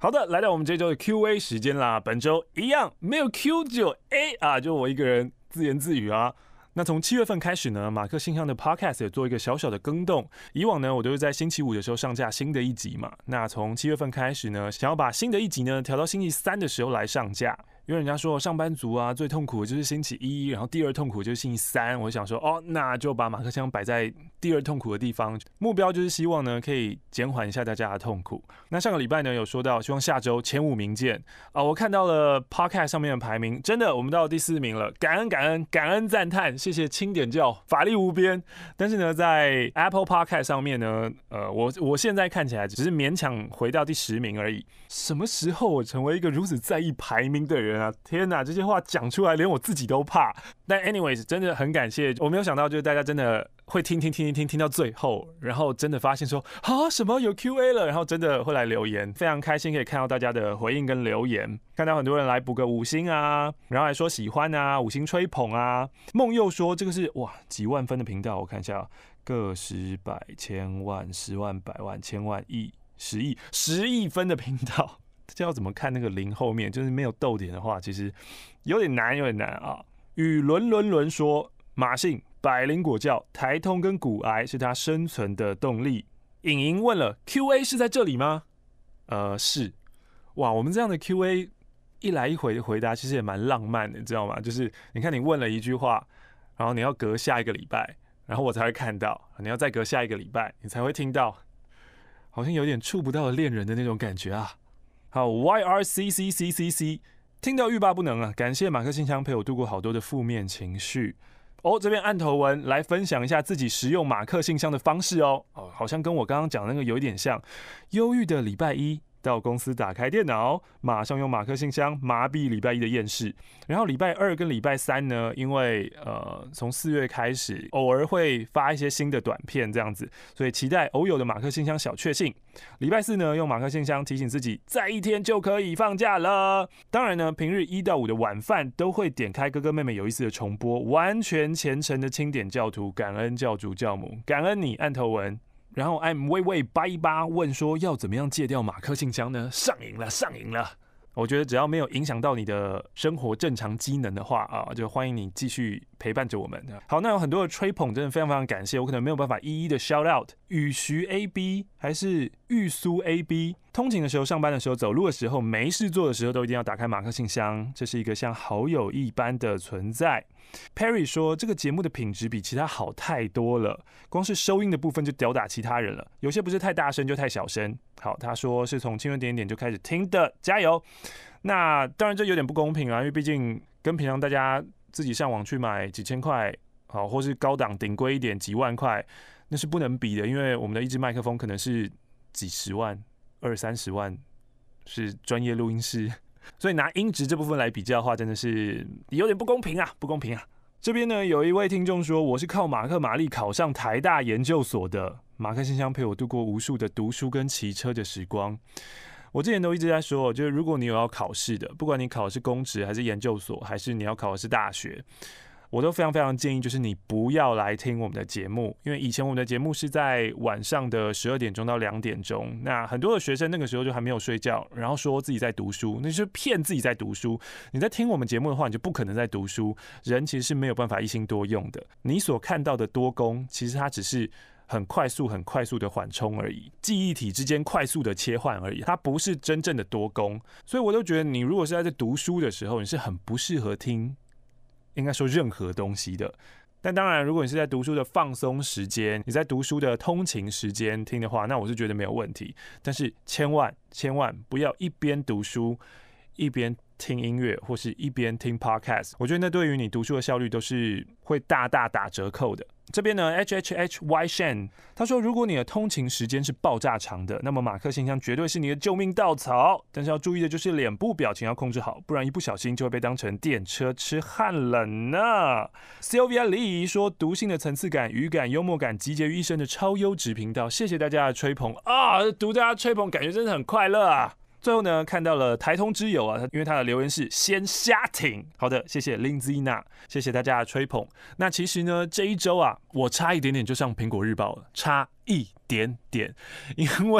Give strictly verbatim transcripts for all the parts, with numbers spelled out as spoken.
好的，来到我们这周的 Q A 时间啦。本周一样没有 Q 只有 A 啊，就我一个人自言自语啊。那从七月份开始呢，马克信箱的 Podcast 也做一个小小的更动。以往呢，我都是在星期五的时候上架新的一集嘛。那从七月份开始呢，想要把新的一集呢调到星期三的时候来上架。因为人家说上班族啊最痛苦的就是星期一，然后第二痛苦就是星期三。我想说哦，那就把马克信箱摆在第二痛苦的地方，目标就是希望呢可以减缓一下大家的痛苦。那上个礼拜呢有说到，希望下周前五名见啊，我看到了 Podcast 上面的排名，真的我们到第四名了，感恩感恩感恩赞叹，谢谢清点教，法力无边。但是呢，在 Apple Podcast 上面呢，呃，我我现在看起来只是勉强回到第十名而已。什么时候我成为一个如此在意排名的人啊？天哪，这些话讲出来连我自己都怕。但 anyways 真的很感谢，我没有想到就是大家真的会听听听听听听到最后，然后真的发现说啊什么有 Q A 了，然后真的会来留言，非常开心可以看到大家的回应跟留言，看到很多人来补个五星啊，然后还说喜欢啊，五星吹捧啊。梦又说这个是哇几万分的频道，我看一下，个十百千万十万百万千万亿十亿十亿分的频道。这要怎么看那个零后面，就是没有逗点的话，其实有点难，有点难啊。与伦伦伦说，马信、百灵果教、台通跟骨癌是他生存的动力。颖莹问了 ，Q A 是在这里吗？呃，是。哇，我们这样的 Q A 一来一回的回答，其实也蛮浪漫的，你知道吗？就是你看你问了一句话，然后你要隔下一个礼拜，然后我才会看到，你要再隔下一个礼拜，你才会听到，好像有点触不到的恋人的那种感觉啊。好 ，Y R C C C C C， 听到欲罢不能啊！感谢马克信箱陪我度过好多的负面情绪。哦，这边按头文来分享一下自己使用马克信箱的方式哦。哦，好像跟我刚刚讲的那个有一点像。忧郁的礼拜一，到公司打开电脑，马上用马克信箱麻痹礼拜一的厌世。然后礼拜二跟礼拜三呢，因为呃从四月开始，偶尔会发一些新的短片这样子，所以期待偶有的马克信箱小确幸。礼拜四呢，用马克信箱提醒自己，再一天就可以放假了。当然呢，平日一到五的晚饭都会点开哥哥妹妹有意思的重播，完全虔诚的清点教徒，感恩教主教母，感恩你按头文。然后 I'm 微微八一八问说要怎么样戒掉马克信箱呢？上瘾了，上瘾了。我觉得只要没有影响到你的生活正常机能的话啊，就欢迎你继续陪伴着我们。好，那有很多的吹捧，真的非常非常感谢，我可能没有办法一一的 shout out。雨徐 A B 还是玉苏 A B， 通勤的时候、上班的时候、走路的时候、没事做的时候，都一定要打开马克信箱，这是一个像好友一般的存在。Perry 说，这个节目的品质比其他好太多了，光是收音的部分就吊打其他人了，有些不是太大声就太小声。好，他说是从青春点点就开始听的，加油。那当然这有点不公平啊，因为毕竟跟平常大家自己上网去买几千块，好，或是高档顶贵一点几万块，那是不能比的，因为我们的一支麦克风可能是几十万、二三十万，是专业录音室。所以拿音质这部分来比较的话，真的是有点不公平啊，不公平啊！这边呢，有一位听众说，我是靠马克玛丽考上台大研究所的，马克信箱陪我度过无数的读书跟骑车的时光。我之前都一直在说，就是如果你有要考试的，不管你考的是公职还是研究所，还是你要考的是大学，我都非常非常建议，就是你不要来听我们的节目，因为以前我们的节目是在晚上的十二点钟到两点钟，那很多的学生那个时候就还没有睡觉，然后说自己在读书，那就是骗自己在读书。你在听我们节目的话，你就不可能在读书。人其实是没有办法一心多用的，你所看到的多功，其实它只是很快速、很快速的缓冲而已，记忆体之间快速的切换而已，它不是真正的多功。所以我都觉得，你如果是在读书的时候，你是很不适合听。应该说任何东西的，但当然，如果你是在读书的放松时间，你在读书的通勤时间听的话，那我是觉得没有问题。但是千万千万不要一边读书一边听音乐，或是一边听 podcast， 我觉得那对于你读书的效率都是会大大打折扣的。这边呢 H H H Y Shen 他说，如果你的通勤时间是爆炸长的，那么马克信箱绝对是你的救命稻草。但是要注意的就是脸部表情要控制好，不然一不小心就会被当成电车痴汉了呢。Sylvia Lee 说，读信的层次感、语感、幽默感集结于一身的超优质频道，谢谢大家的吹捧啊！读大家吹捧，感觉真的很快乐啊。最后呢，看到了台通之友啊，因为他的留言是先瞎挺。好的，谢谢 Lindsay， 谢谢大家的吹捧。那其实呢，这一周啊，我差一点点就上苹果日报了，差一点点，因为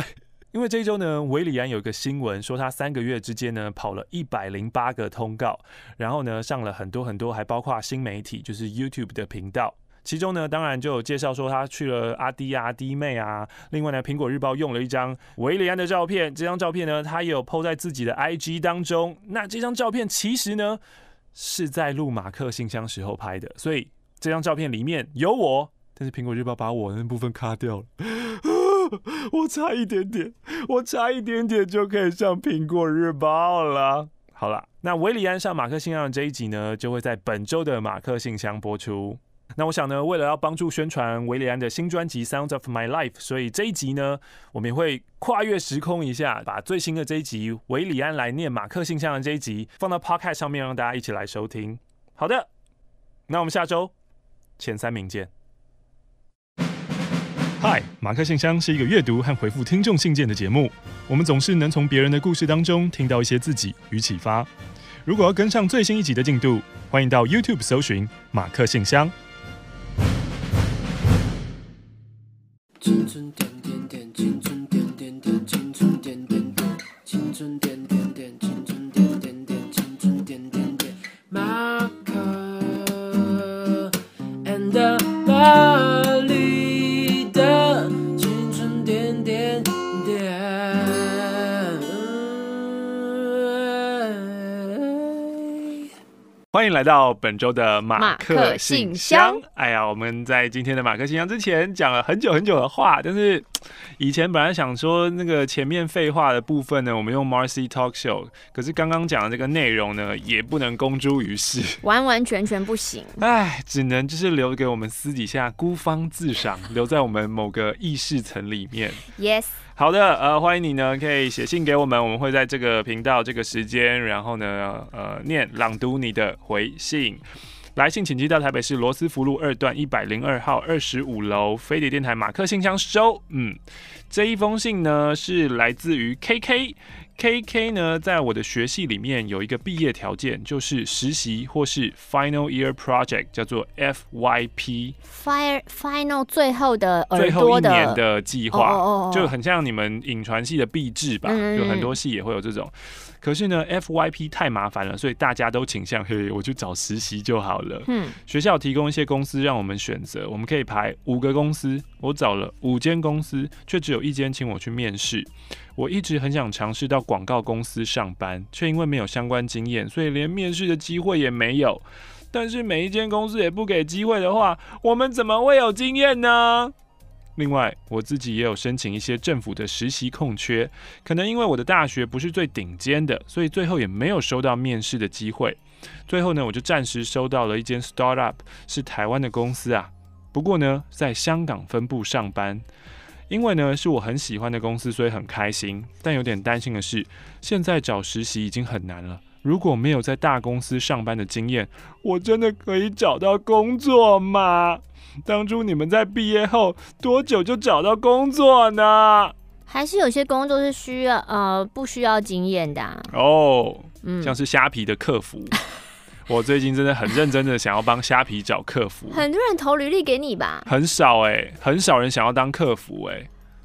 因为这一周呢，韦礼安有一个新闻说，他三个月之间呢跑了一百零八个通告，然后呢上了很多很多，还包括新媒体，就是 YouTube 的频道。其中呢，当然就有介绍说他去了阿弟啊、弟妹啊。另外呢，苹果日报用了一张韦礼安的照片，这张照片呢，他也有 po 在自己的 I G 当中。那这张照片其实呢是在录马克信箱时候拍的，所以这张照片里面有我，但是苹果日报把我那部分卡掉了。我差一点点，我差一点点就可以上苹果日报了。好啦，那韦礼安上马克信箱的这一集呢，就会在本周的马克信箱播出。那我想呢，为了要帮助宣传韦礼安的新专辑《Sounds of My Life》，所以这一集呢，我们也会跨越时空一下，把最新的这一集韦礼安来念马克信箱的这一集放到 Podcast 上面，让大家一起来收听。好的，那我们下周前三名见。嗨，马克信箱是一个阅读和回复听众信件的节目。我们总是能从别人的故事当中听到一些自己与启发。如果要跟上最新一集的进度，欢迎到 YouTube 搜寻马克信箱。青春点点点，青春点点点，青春点点点，青春点点点，青春点点点，青春点点点，马克 and巴黎的青春点点点。欢迎来到本周的马克信箱。哎呀，我们在今天的马克信箱之前讲了很久很久的话，但是以前本来想说那个前面废话的部分呢，我们用 Marcy Talk Show， 可是刚刚讲的这个内容呢，也不能公诸于世， 完完全全不行。 哎，只能就是留给我们私底下孤芳自赏，留在我们某个意识层里面。 Yes。 好的，呃，欢迎你呢，可以写信给我们，我们会在这个频道这个时间，然后呢，呃，念朗读你的回信。来信请寄到台北市罗斯福路二段一百零二号二十五楼飞碟电台马克信箱收。嗯，这一封信呢是来自于 K K。K K 呢，在我的学系里面有一个毕业条件，就是实习或是 Final Year Project， 叫做 F Y P。Fire Final 最后的耳朵的最后一年的计划， oh, oh, oh. 就很像你们影传系的毕制吧，嗯、有很多系也会有这种。可是呢 ，F Y P 太麻烦了，所以大家都倾向嘿，我去找实习就好了。嗯，学校提供一些公司让我们选择，我们可以排五个公司，我找了五间公司，却只有一间请我去面试。我一直很想尝试到广告公司上班，却因为没有相关经验，所以连面试的机会也没有。但是每一间公司也不给机会的话，我们怎么会有经验呢？另外，我自己也有申请一些政府的实习空缺，可能因为我的大学不是最顶尖的，所以最后也没有收到面试的机会。最后呢，我就暂时收到了一间 startup， 是台湾的公司啊，不过呢，在香港分部上班。因为呢是我很喜欢的公司，所以很开心。但有点担心的是，现在找实习已经很难了。如果没有在大公司上班的经验，我真的可以找到工作吗？当初你们在毕业后多久就找到工作呢？ 还是有些工作是需要呃不需要经验的、啊、 哦，嗯、像是虾皮的客服。我最近真的很认真的想要帮虾皮找客服， 很多人投履历给你吧？ 很少哎、欸，很少人想要当客服哎、欸。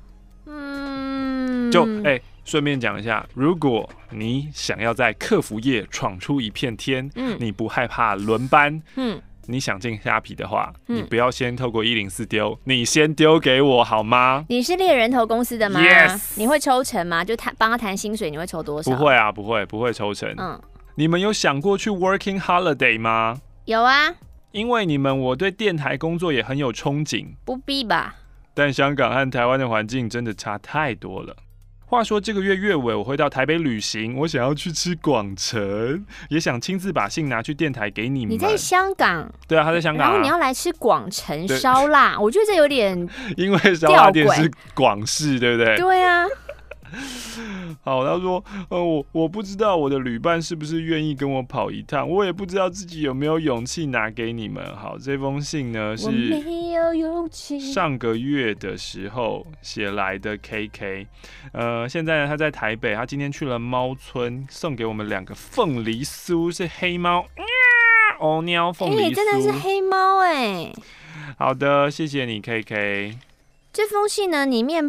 嗯，就哎，顺、欸、便讲一下，如果你想要在客服业闯出一片天，嗯，你不害怕轮班，嗯，你想进虾皮的话，嗯、你不要先透过一零四丢，你先丢给我好吗？ 你是猎人头公司的吗 ？Yes， 你会抽成吗？就谈帮他谈薪水，你会抽多少？ 不会啊，不会，不会抽成。嗯。你们有想过去 working holiday 吗？ 有啊， 因为你们我对电台工作也很有憧憬。 不必吧？ 但香港和台湾的环境真的差太多了。话说这个月月尾我会到台北旅行，我想要去吃广城，也想亲自把信拿去电台给你们。 你在香港？ 对啊，他在香港、啊。 然后你要来吃广城烧腊，我觉得这有点因为烧腊店是广式，对不对？ 对啊。 好，他说，呃，我我不知道我的旅伴是不是愿意跟我跑一趟，我也不知道自己有没有勇气拿给你们。好，这封信呢是上个月的时候写来的 K K， 呃，现在呢他在台北，他今天去了猫村，送给我们两个凤梨酥，是黑猫，哦喵，凤梨酥、欸， 真的是黑猫哎、欸。 好的，谢谢你 K K。 这封信呢里面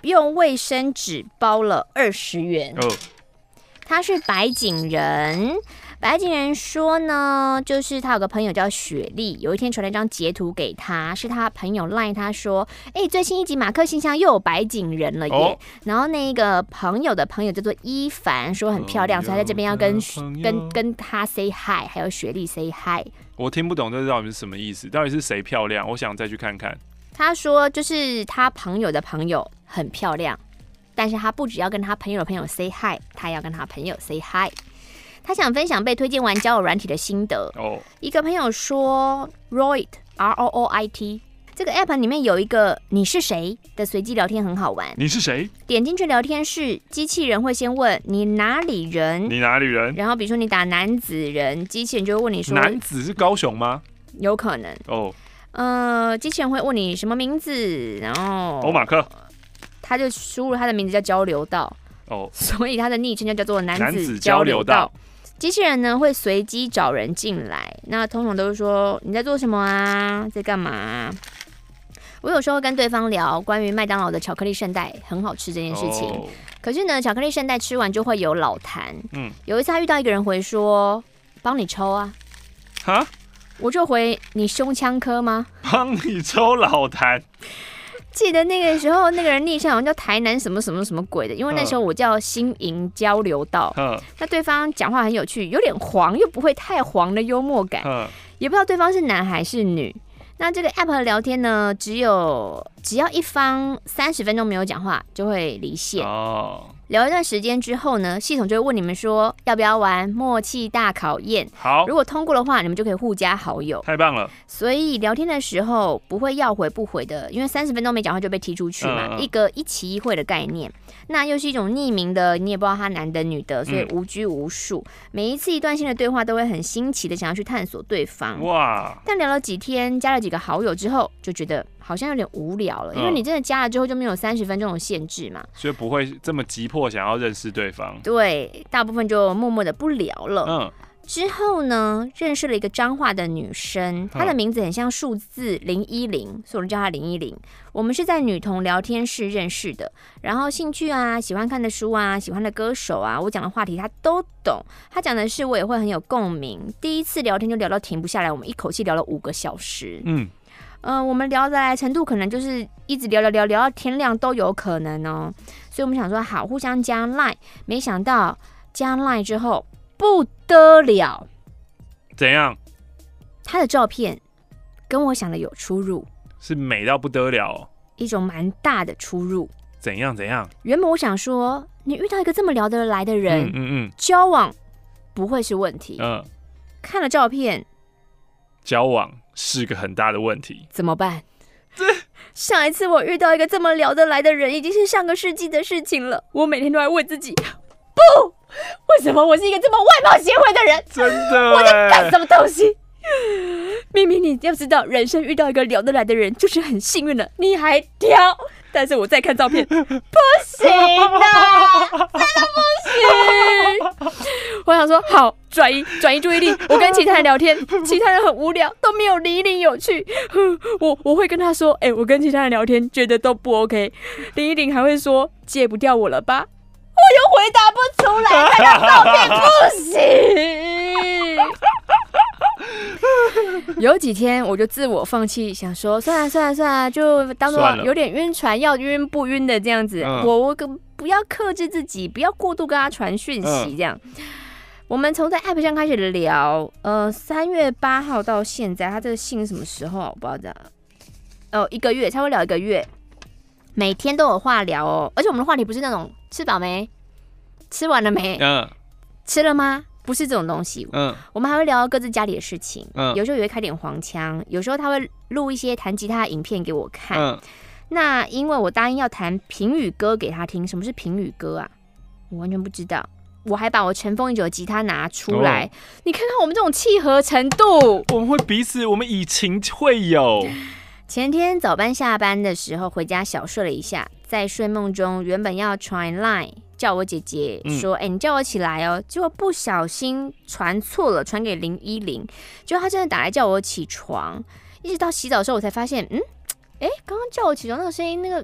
用卫生纸包了二十元。 哦， 他是白井人。白井人说呢，就是他有个朋友叫雪莉，有一天传了一张截图给他，是他朋友赖他说，哎、欸，最新一集马克信箱又有白井人了耶。哦、然后那个朋友的朋友叫做伊凡，说很漂亮，所以他在这边要跟跟跟他 say hi， 还有雪莉 say hi。 我听不懂这到底是什么意思，到底是谁漂亮？我想再去看看。 他说就是他朋友的朋友很漂亮，但是他不只要跟他朋友的朋友 say hi， 他要跟他朋友 say hi。他想分享被推荐完交友软体的心得。Oh. 一个朋友说 Roit R O O I T 这个 app 里面有一个你是谁的随机聊天很好玩。 你是谁？ 点进去聊天室，机器人会先问你哪里人， 你哪里人？ 然后比如说你打男子人，机器人就会问你说男子是高雄吗？ 有可能哦。Oh. 呃，机器人会问你什么名字，然后欧马克， 他就输入他的名字叫交流道哦， oh. 所以他的昵称就叫做男子交流道。机器人呢会随机找人进来，那通常都是说你在做什么啊，在干嘛啊？我有时候跟对方聊关于麦当劳的巧克力圣代很好吃这件事情， oh. 可是呢，巧克力圣代吃完就会有老痰。嗯，有一次他遇到一个人回说帮你抽啊，哈，我就回你胸腔科吗？ 帮你抽老痰。 记得那个时候，那个人昵称好像叫台南什么什么什么鬼的，因为那时候我叫新营交流道。那对方讲话很有趣，有点黄又不会太黄的幽默感，也不知道对方是男还是女。那这个 app 的聊天呢，只有只要一方三十分钟没有讲话，就会离线。哦。聊一段时间之后呢，系统就会问你们说要不要玩默契大考验。 好， 如果通过的话，你们就可以互加好友。 太棒了！ 所以聊天的时候不会要回不回的，因为三十分钟没讲话就被踢出去嘛，嗯、一个一期一会的概念。那又是一种匿名的，你也不知道他男的女的，所以无拘无束。嗯、每一次一段新的对话都会很新奇的想要去探索对方。哇！但聊了几天，加了几个好友之后，就觉得好像有点无聊了，因为你真的加了之后就没有三十分钟的限制嘛， 所以不会这么急迫想要认识对方。 对，大部分就默默的不聊了。嗯，之后呢，认识了一个彰化的女生，她的名字很像数字零一零，所以我们叫她零一零。我们是在女同聊天室认识的，然后兴趣啊、喜欢看的书啊、喜欢的歌手啊，我讲的话题她都懂，她讲的事我也会很有共鸣。第一次聊天就聊到停不下来，我们一口气聊了五个小时。嗯。呃，我们聊得来程度可能就是一直聊聊聊聊到天亮都有可能哦，所以我们想说好互相加 line， 没想到加 line 之后不得了， 怎样？ 他的照片跟我想的有出入， 是美到不得了、哦， 一种蛮大的出入。 怎样怎样？ 原本我想说，你遇到一个这么聊得来的人，嗯嗯嗯，交往不会是问题，嗯，看了照片， 交往是个很大的问题， 怎么办？上一次我遇到一个这么聊得来的人，已经是上个世纪的事情了。我每天都在问自己，不，为什么我是一个这么外貌协会的人？ 真的， 我在干什么东西？明明你要知道，人生遇到一个聊得来的人就是很幸运的，你还挑。但是我再看照片，不行啊，真的不行。我想说，好，转移转移注意力，我跟其他人聊天，其他人很无聊，都没有零一零有趣。我我会跟他说，哎、欸，我跟其他人聊天，觉得都不 OK。零一零还会说，戒不掉我了吧？我又回答不出来，看到照片不行。有几天我就自我放弃，想说算了算了算了，就当做有点晕船，要晕不晕的这样子。嗯、我我不要克制自己，不要过度跟他传讯息这样。嗯、我们从在 app 上开始聊，呃，三月八号到现在，他这个信什么时候、啊、我不知道的。哦，一个月，差不多聊一个月，每天都有话聊哦。而且我们的话题不是那种吃饱没，吃完了没，嗯、吃了吗？不是这种东西，嗯，我们还会聊各自家里的事情，嗯，有时候也会开点黄腔，有时候他会录一些弹吉他的影片给我看，嗯，那因为我答应要弹评语歌给他听，什么是评语歌啊？我完全不知道，我还把我尘封已久的吉他拿出来，哦、你看看我们这种契合程度， 我们会彼此，我们以情会友。 前天早班下班的时候回家小睡了一下，在睡梦中原本要传 line 叫我姐姐说，哎、嗯欸，你叫我起来哦，结果不小心传错了，传给零一零，结果他真的打来叫我起床，一直到洗澡的时候我才发现，嗯，哎、欸，刚刚叫我起床那个声音，那个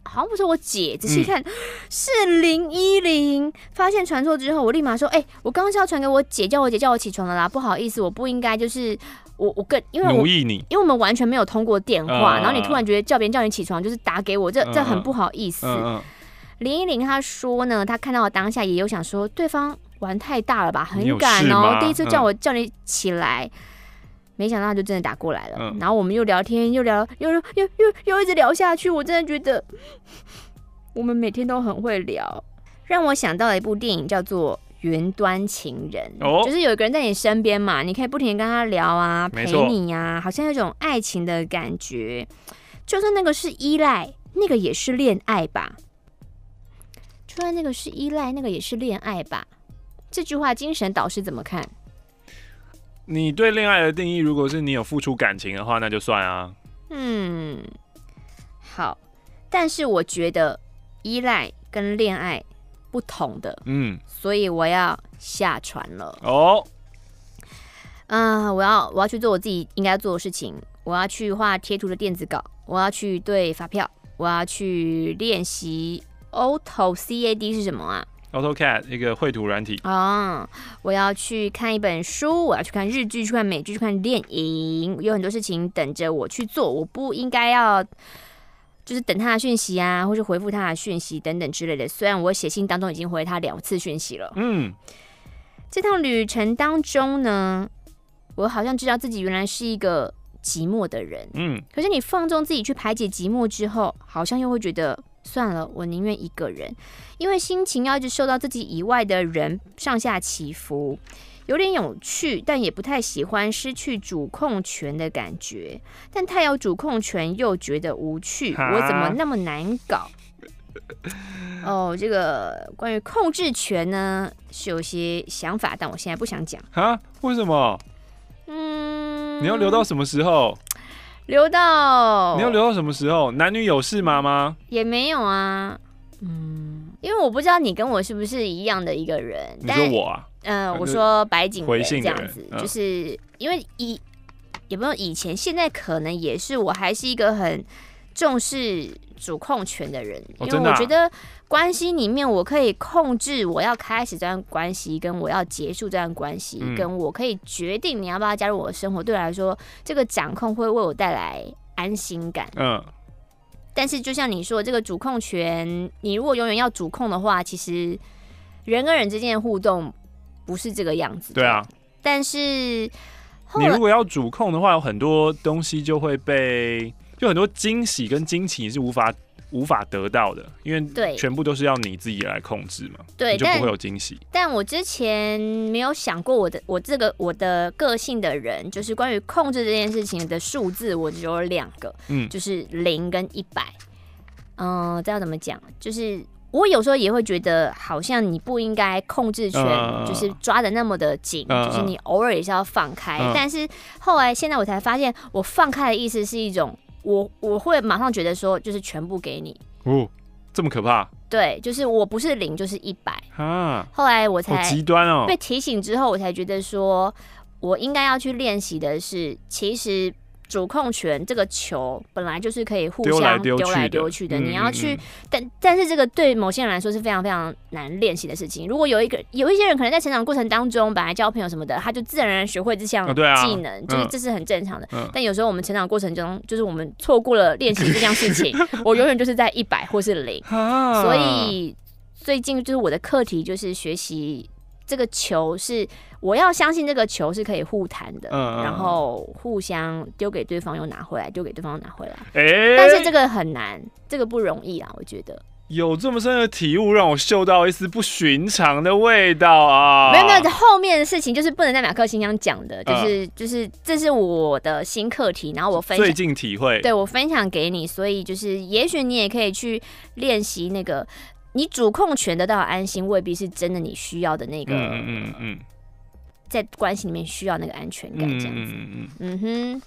好像不是我姐，仔细看、嗯、是零一零。发现传错之后，我立马说：“哎、欸，我刚刚是要传给我姐，叫我姐叫我起床了啦，不好意思，我不应该就是我我跟因为我奴役你， 因为我们完全没有通过电话，嗯、然后你突然觉得叫别人叫你起床，就是打给我，这这很不好意思。嗯嗯”零一零他说呢，他看到当下也有想说，对方玩太大了吧，很赶哦，第一次叫我、嗯、叫你起来。没想到他就真的打过来了，嗯、然后我们又聊天，又聊，又又又又一直聊下去。我真的觉得我们每天都很会聊，让我想到了一部电影，叫做《云端情人》，哦、就是有一个人在你身边嘛，你可以不停地跟他聊啊，陪你啊，好像有一种爱情的感觉。就算那个是依赖，那个也是恋爱吧？就算那个是依赖，那个也是恋爱吧？这句话精神导师怎么看？ 你对恋爱的定义，如果是你有付出感情的话，那就算啊。 嗯，好，但是我觉得依赖跟恋爱不同的，嗯，所以我要下船了。哦，嗯、呃，我要我要去做我自己应该做的事情，我要去画贴图的电子稿，我要去对发票，我要去练习 Auto C A D 是什么啊 ？AutoCAD 一个绘图软体啊、哦，我要去看一本书，我要去看日剧，去看美剧，去看电影，有很多事情等着我去做，我不应该要就是等他的讯息啊，或是回复他的讯息等等之类的。虽然我写信当中已经回他两次讯息了，嗯，这趟旅程当中呢，我好像知道自己原来是一个寂寞的人，嗯，可是你放纵自己去排解寂寞之后，好像又会觉得。算了，我宁愿一个人，因为心情要一直受到自己以外的人上下起伏，有点有趣，但也不太喜欢失去主控权的感觉。但太有主控权又觉得无趣，我怎么那么难搞？哦，这个关于控制权呢，是有些想法，但我现在不想讲。 哈？为什么？嗯，你要留到什么时候？ 留到你要留到什么时候？男女有事吗吗？ 也没有啊，嗯，因为我不知道你跟我是不是一样的一个人。 你说我啊？ 嗯、呃，我说白景回信这样子，嗯、就是因为以也不用以前，现在可能也是，我还是一个很重视主控权的人， 哦、 因为我觉得关系里面我可以控制我要开始这段关系，跟我要结束这段关系，嗯、跟我可以决定你要不要加入我的生活。对我来说，这个掌控会为我带来安心感。嗯。但是就像你说，这个主控权，你如果永远要主控的话，其实人跟人之间的互动不是这个样子的。 对啊。 但是你如果要主控的话，有很多东西就会被。就很多惊喜跟惊奇你是无法无法得到的，因为全部都是要你自己来控制嘛，对，你就不会有惊喜。 但我之前没有想过我的我这个我的个性的人，就是关于控制这件事情的数字，我只有两个，嗯，就是零跟一百。嗯，这要怎么讲？就是我有时候也会觉得，好像你不应该控制权，嗯、就是抓的那么的紧，嗯、就是你偶尔也是要放开。嗯、但是后来现在我才发现，我放开的意思是一种。我我会马上觉得说，就是全部给你哦，这么可怕？ 对，就是我不是零就是一百啊。后来我才极端哦， 被提醒之后，我才觉得说，我应该要去练习的是，其实主控权这个球本来就是可以互相丢来丢去的，你要去，嗯、但但是这个对某些人来说是非常非常难练习的事情。如果有一个有一些人可能在成长过程当中，本来交朋友什么的，他就自然而然学会这项技能，哦啊、就是这是很正常的。嗯、但有时候我们成长过程中，就是我们错过了练习这项事情，我永远就是在一百或是零。啊、所以最近就是我的课题就是学习这个球是。我要相信这个球是可以互弹的，嗯、然后互相丢给对方又拿回来，丢给对方又拿回来。欸、但是这个很难，这个不容易啊，我觉得。 有这么深的体悟，让我嗅到一丝不寻常的味道啊！ 没有没有，后面的事情就是不能在马克信箱讲的，就是、嗯、就是这是我的新课题，然后我分享最近体会， 对我分享给你，所以就是也许你也可以去练习那个，你主控权得到的安心，未必是真的你需要的那个。嗯嗯嗯。在关系里面需要那个安全感，这样子。嗯嗯嗯哼。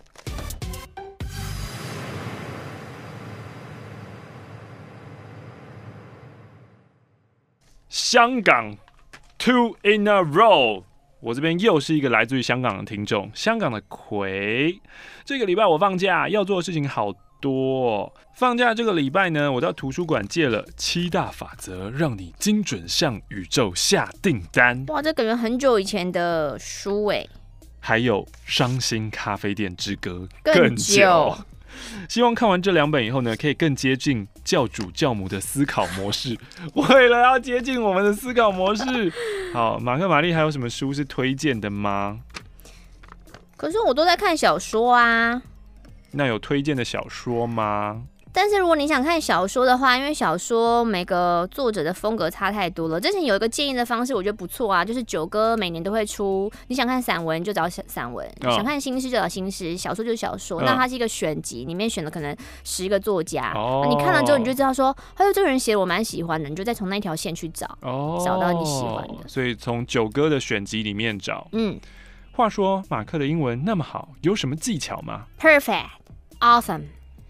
香港 two in a row， 我这边又是一个来自于香港的听众，香港的葵。这个礼拜我放假，要做的事情好多。放假这个礼拜呢，我到图书馆借了《七大法则》，让你精准向宇宙下订单。 哇，这感觉很久以前的书哎。 还有《伤心咖啡店之歌》 更久。 希望看完这两本以后呢，可以更接近教主教母的思考模式。为了要接近我们的思考模式，好，马克玛丽还有什么书是推荐的吗？ 可是我都在看小说啊。 那有推荐的小说吗？ 但是如果你想看小说的话，因为小说每个作者的风格差太多了。之前有一个建议的方式，我觉得不错啊，就是九歌每年都会出，你想看散文就找散文，哦、想看新诗就找新诗，小说就是小说。嗯、那它是一个选集，里面选了可能十个作家，哦、你看了之后你就知道说，哎呦，这个人写我蛮喜欢的，你就再从那条线去找，哦、找到你喜欢的。 所以从九歌的选集里面找。嗯，话说马克的英文那么好，有什么技巧吗 ？Perfect, awesome,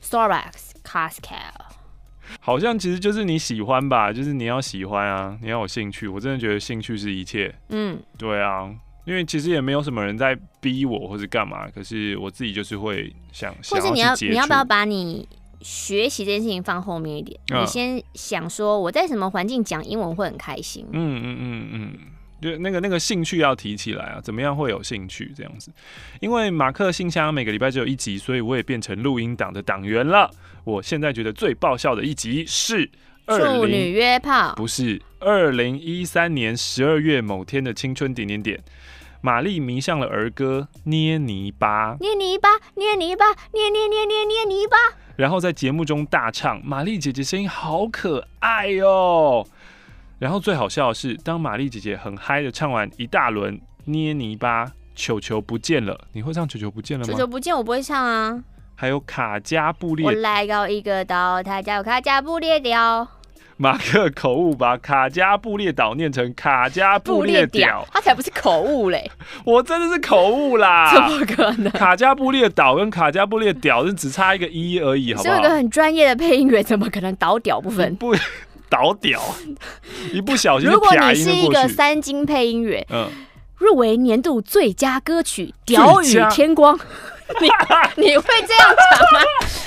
thorax.Costco 好像其实就是你喜欢吧，就是你要喜欢啊，你要有兴趣。我真的觉得兴趣是一切。嗯，对啊，因为其实也没有什么人在逼我或是干嘛，可是我自己就是会想， 或是你要你要不要把你学习这件事情放后面一点？嗯、你先想说我在什么环境讲英文会很开心。 嗯嗯嗯嗯。就那个那个兴趣要提起来啊，怎么样会有兴趣这样子？因为马克信箱每个礼拜只有一集，所以我也变成录音档的党员了。我现在觉得最爆笑的一集是处女约炮， 不是二零一三年十二月某天的青春点点点。玛丽迷上了儿歌捏泥巴， 捏泥巴，捏泥巴，捏捏捏捏捏泥巴。 然后在节目中大唱，玛丽姐姐声音好可爱哦。然后最好笑的是，当玛丽姐姐很嗨的唱完一大轮捏泥巴，球球不见了，你会唱球球不见了吗？ 球球不见我不会唱啊。 还有卡加布列， 我来到一个岛，它叫卡加布列岛。 马克口误把卡加布列岛念成卡加布列屌， 他才不是口误嘞！ 我真的是口误啦！ 怎么可能？ 卡加布列岛跟卡加布列屌是只差一个一而已，好不好？ 是有一个很专业的配音员，怎么可能倒屌不分？ 不。倒屌，一不小心就如果你是一个三金配音员，嗯，入围年度最佳歌曲《屌与天光》，你你会这样讲吗？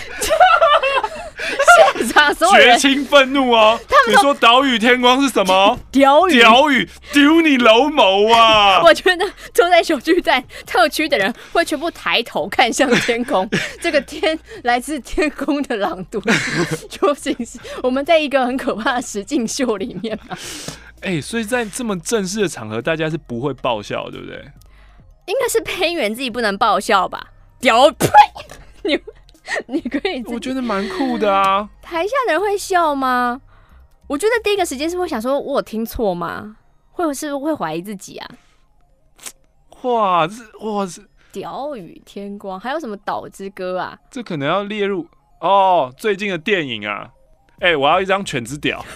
现场所有人绝情愤怒哦！你说岛屿天光是什么？ 屌屿屌屿丢你老母啊！ 我觉得坐在小巨蛋特区的人会全部抬头看向天空，这个天来自天空的朗读，究竟是我们在一个很可怕的实境秀里面吗？ 哎、欸，所以在这么正式的场合，大家是不会爆笑，对不对？ 应该是配音员自己不能爆笑吧？屌呸！你。你可以， 我觉得蛮酷的啊。 台下的人会笑吗？我觉得第一个时间是会想说，我有听错吗？会是会怀疑自己啊？ 哇，这哇是屌与天光，还有什么岛之歌啊？ 这可能要列入哦，最近的电影啊。哎、欸，我要一张犬之屌，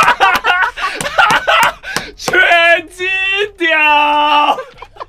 犬之屌。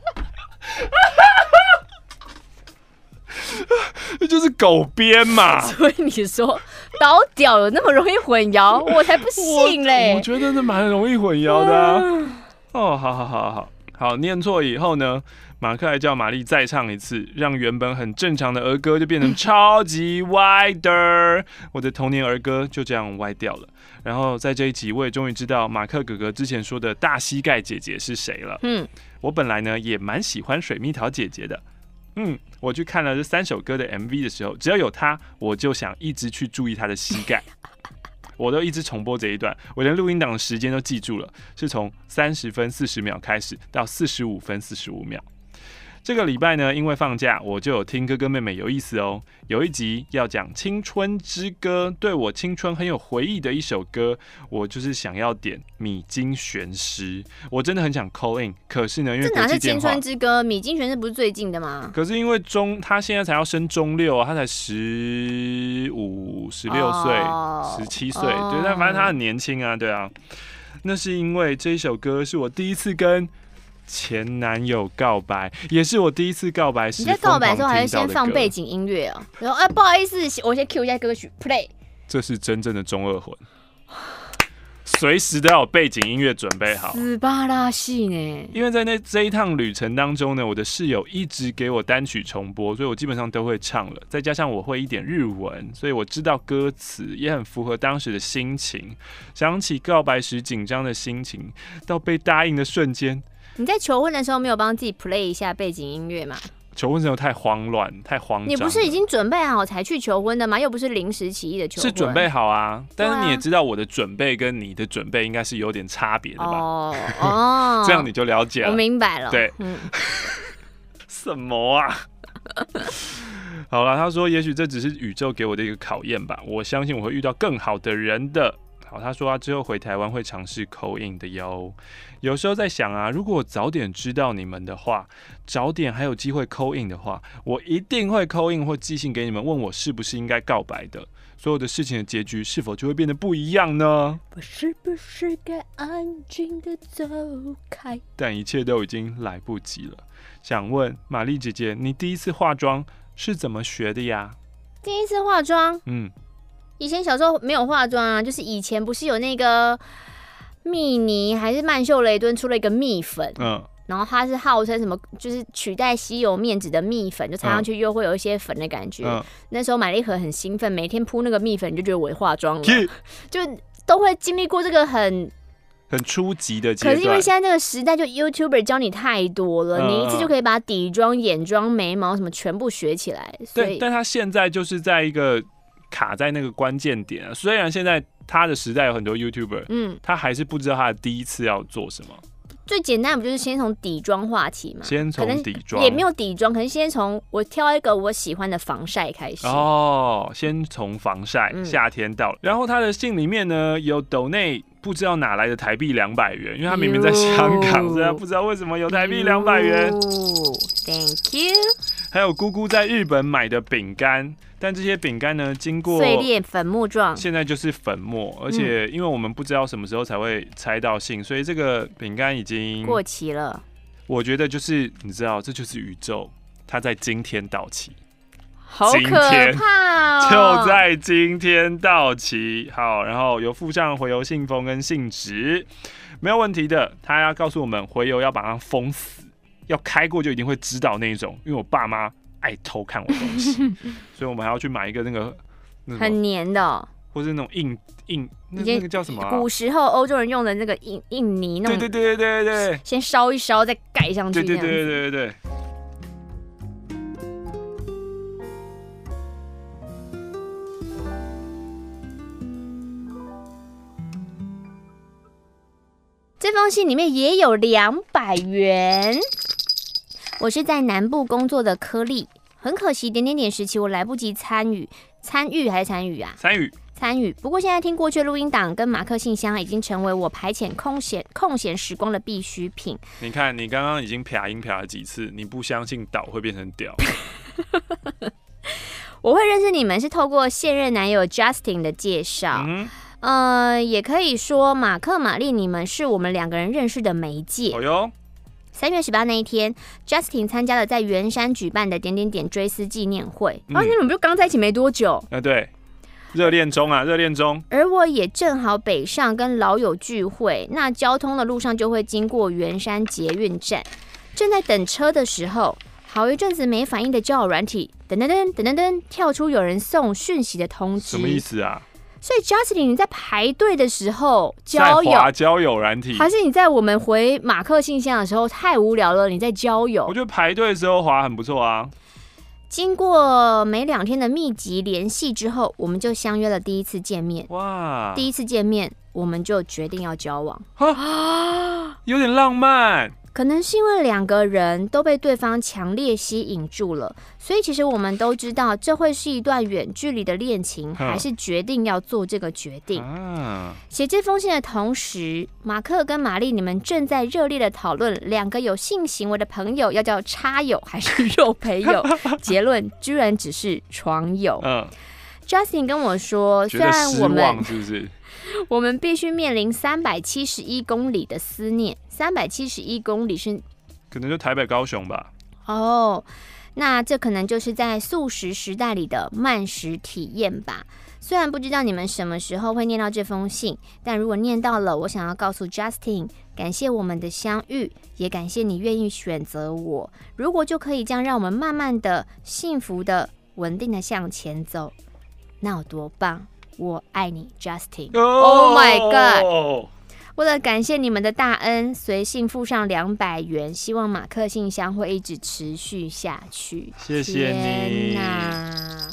这就是狗鞭嘛， 所以你说倒屌有那么容易混淆，我才不信嘞！ 我, 我觉得那蛮容易混淆的啊。嗯、哦，好好好好好，念错以后呢，马克还叫玛丽再唱一次，让原本很正常的儿歌就变成超级歪的。我的童年儿歌就这样歪掉了。然后在这一集，我也终于知道马克哥哥之前说的大膝盖姐姐是谁了。嗯，我本来呢也蛮喜欢水蜜桃姐姐的。嗯，我去看了这三首歌的 M V 的时候，只要有他，我就想一直去注意他的膝盖。我都一直重播这一段，我连录音档的时间都记住了，是从三十分四十秒开始到四十五分四十五秒。这个礼拜呢，因为放假，我就有听哥哥妹妹有意思哦。有一集要讲青春之歌，对我青春很有回忆的一首歌，我就是想要点米津玄师。我真的很想 call in， 可是呢，因为这哪是青春之歌？米津玄师不是最近的吗？ 可是因为中他现在才要升中六啊，他才十五、十六岁、十七岁，对，但反正他很年轻啊，对啊。那是因为这一首歌是我第一次跟前男友告白，也是我第一次告白时。 你在告白的时候还是先放背景音乐啊？然后哎，不好意思，我先 cue 一下歌曲 play。 这是真正的中二魂。 随时都要有背景音乐准备好。 斯巴拉系呢？ 因为在那这一趟旅程当中呢，我的室友一直给我单曲重播，所以我基本上都会唱了。再加上我会一点日文，所以我知道歌词，也很符合当时的心情。想起告白时紧张的心情，到被答应的瞬间。 你在求婚的时候没有帮自己 play 一下背景音乐吗？ 求婚时候太慌乱，太慌张。 你不是已经准备好才去求婚的吗？又不是临时起意的求婚。 是准备好啊，但是你也知道我的准备跟你的准备应该是有点差别的吧？哦哦，这样你就了解了。 我明白了。 对，嗯，什么啊？好了，他说也许这只是宇宙给我的一个考验吧，我相信我会遇到更好的人的。好，他说他之后回台湾会尝试 call in 的哟。有时候在想啊，如果我早点知道你们的话，早点还有机会 call in 的话，我一定会 call in 或寄信给你们，问我是不是应该告白的。所有的事情的结局是否就会变得不一样呢？ 我是不是该安静的走开？ 但一切都已经来不及了。想问玛丽姐姐，你第一次化妆是怎么学的呀？ 第一次化妆，嗯。以前小时候没有化妆啊，就是以前不是有那个蜜妮还是曼秀雷敦出了一个蜜粉，嗯，然后它是号称什么，就是取代吸油面纸的蜜粉，就擦上去又会有一些粉的感觉。嗯、那时候买了一盒很兴奋，每天铺那个蜜粉，你就觉得我化妆了，就都会经历过这个很。 很初级的阶段， 可是因为现在这个时代，就 YouTuber 教你太多了，嗯、你一次就可以把底妆、眼妆、眉毛什么全部学起来。 对，但他现在就是在一个卡在那个关键点啊。虽然现在他的时代有很多 YouTuber， 嗯，他还是不知道他的第一次要做什么。 最简单不就是先从底妆画起嘛？ 先从底妆也没有底妆，可能先从我挑一个我喜欢的防晒开始。 哦，先从防晒，嗯、夏天到了。然后他的信里面呢有抖内不知道哪来的台币两百元，因为他明明在香港，所以他不知道为什么有台币两百元。 Thank you。 还有姑姑在日本买的饼干，但这些饼干呢，经过碎裂粉末状， 现在就是粉末，而且因为我们不知道什么时候才会拆到信，所以这个饼干已经过期了。 我觉得就是你知道，这就是宇宙，它在今天到期。 好可怕哦！ 就在今天到期。好，然后有附上回邮信封跟信纸，没有问题的。他要告诉我们回邮要把它封死，要开过就一定会知道那一种。因为我爸妈爱偷看我东西，所以我们还要去买一个那个、那個、 很黏的、哦， 或是那种硬硬那那个叫什么、啊？ 古时候欧洲人用的那个硬硬泥，那种。 对对对对对对， 先烧一烧再盖上去。 对对对对对对。 这封信里面也有两百元。我是在南部工作的柯丽，很可惜点点点时期我来不及参与，参与还是参与啊？ 参与， 参与。不过现在听过去录音档跟马克信箱已经成为我排遣空闲空闲时光的必需品。 你看，你刚刚已经啪音啪了几次，你不相信岛会变成屌？ 我会认识你们是透过现任男友 Justin 的介绍。嗯呃，也可以说马克、玛丽，你们是我们两个人认识的媒介。 哦哟， 三月十八那一天 ，Justin 参加了在圆山举办的点点点追思纪念会。嗯、啊，你们不就刚在一起没多久？ 啊，对，热恋中啊，热恋中。 而我也正好北上跟老友聚会，那交通的路上就会经过圆山捷运站，正在等车的时候，好一阵子没反应的交友软体，噔噔噔噔噔噔，跳出有人送讯息的通知。 什么意思啊？ 所以 Justin 你在排队的时候交友， 在滑交友软体， 还是你在我们回马克信箱的时候太无聊了？你在交友？ 我觉得排队的时候滑很不错啊。 经过没两天的密集联系之后，我们就相约了第一次见面。哇！第一次见面，我们就决定要交往。 啊，有点浪漫。 可能是因为两个人都被对方强烈吸引住了，所以其实我们都知道这会是一段远距离的恋情，还是决定要做这个决定。写这封信的同时，马克跟玛丽你们正在热烈的讨论两个有性行为的朋友要叫叉友还是肉陪友，结论居然只是床友。嗯、Justin 跟我说，虽然我们是不是我们必须面临三百七十一公里的思念。三百七十一公里是可能就台北高雄吧。 哦，那这可能就是在速食时代里的慢食体验吧。 虽然不知道你们什么时候会念到这封信，但如果念到了，我想要告诉 Justin， 感谢我们的相遇，也感谢你愿意选择我。如果就可以这样让我们慢慢的、幸福的、稳定的向前走，那有多棒！我爱你 ，Justin。Oh my god！为了感谢你们的大恩，随信附上两百元，希望马克信箱会一直持续下去。 谢谢你。 天哪！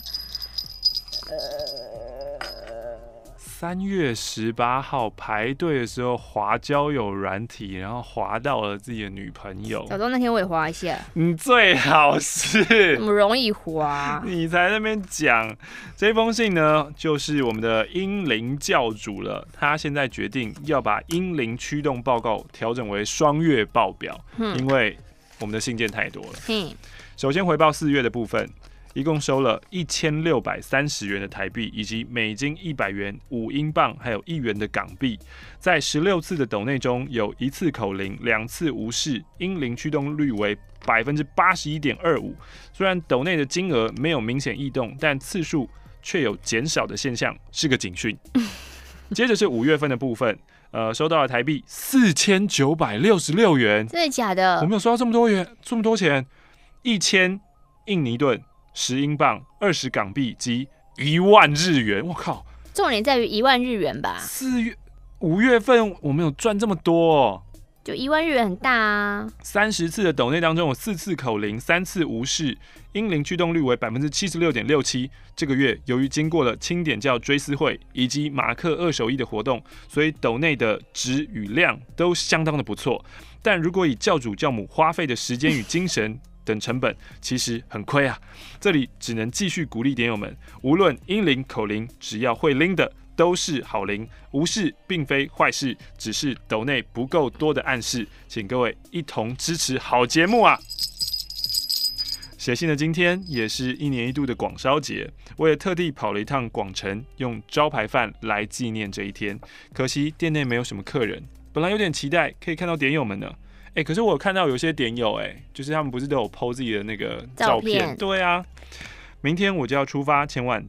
三月十八号排队的时候滑交友软体，然后滑到了自己的女朋友。 小周那天我也滑一下。 你最好是。 怎么容易滑？ 你才在那边讲。这封信呢，就是我们的英灵教主了。他现在决定要把英灵驱动报告调整为双月报表，嗯、因为我们的信件太多了。嗯、首先回报四月的部分。一共收了一千六百三十元的台币，以及美金一百元、五英镑，还有一元的港币。在十六次的抖内中，有一次口令，两次无视，英灵驱动率为百分之八十一点二五。虽然抖内的金额没有明显异动，但次数却有减少的现象，是个警讯。接着是五月份的部分，呃，收到了台币四千九百六十六元， 真的假的？ 我没有收到这么多元，这么多钱，一千印尼盾。十英镑、二十港币及一万日元，我靠！ 重点在于一万日元吧？ 四月、五月份我们有赚这么多哦， 就一万日元很大啊！ 三十次的抖内当中有四次口令，三次无视，英灵驱动率为百分之七十六点六七。这个月由于经过了清点教追思会以及马克二手衣的活动，所以抖内的值与量都相当的不错。但如果以教主教母花费的时间与精神等成本，其实很亏啊！这里只能继续鼓励点友们，无论英灵口灵，只要会拎的都是好灵，无视并非坏事，只是抖内不够多的暗示，请各位一同支持好节目啊！写信的今天也是一年一度的广烧节，我也特地跑了一趟广城，用招牌饭来纪念这一天。可惜店内没有什么客人，本来有点期待可以看到点友们呢。哎、欸，可是我有看到有些点友，哎，就是他们不是都有 po 自己的那个照片？照片对啊，明天我就要出发前往，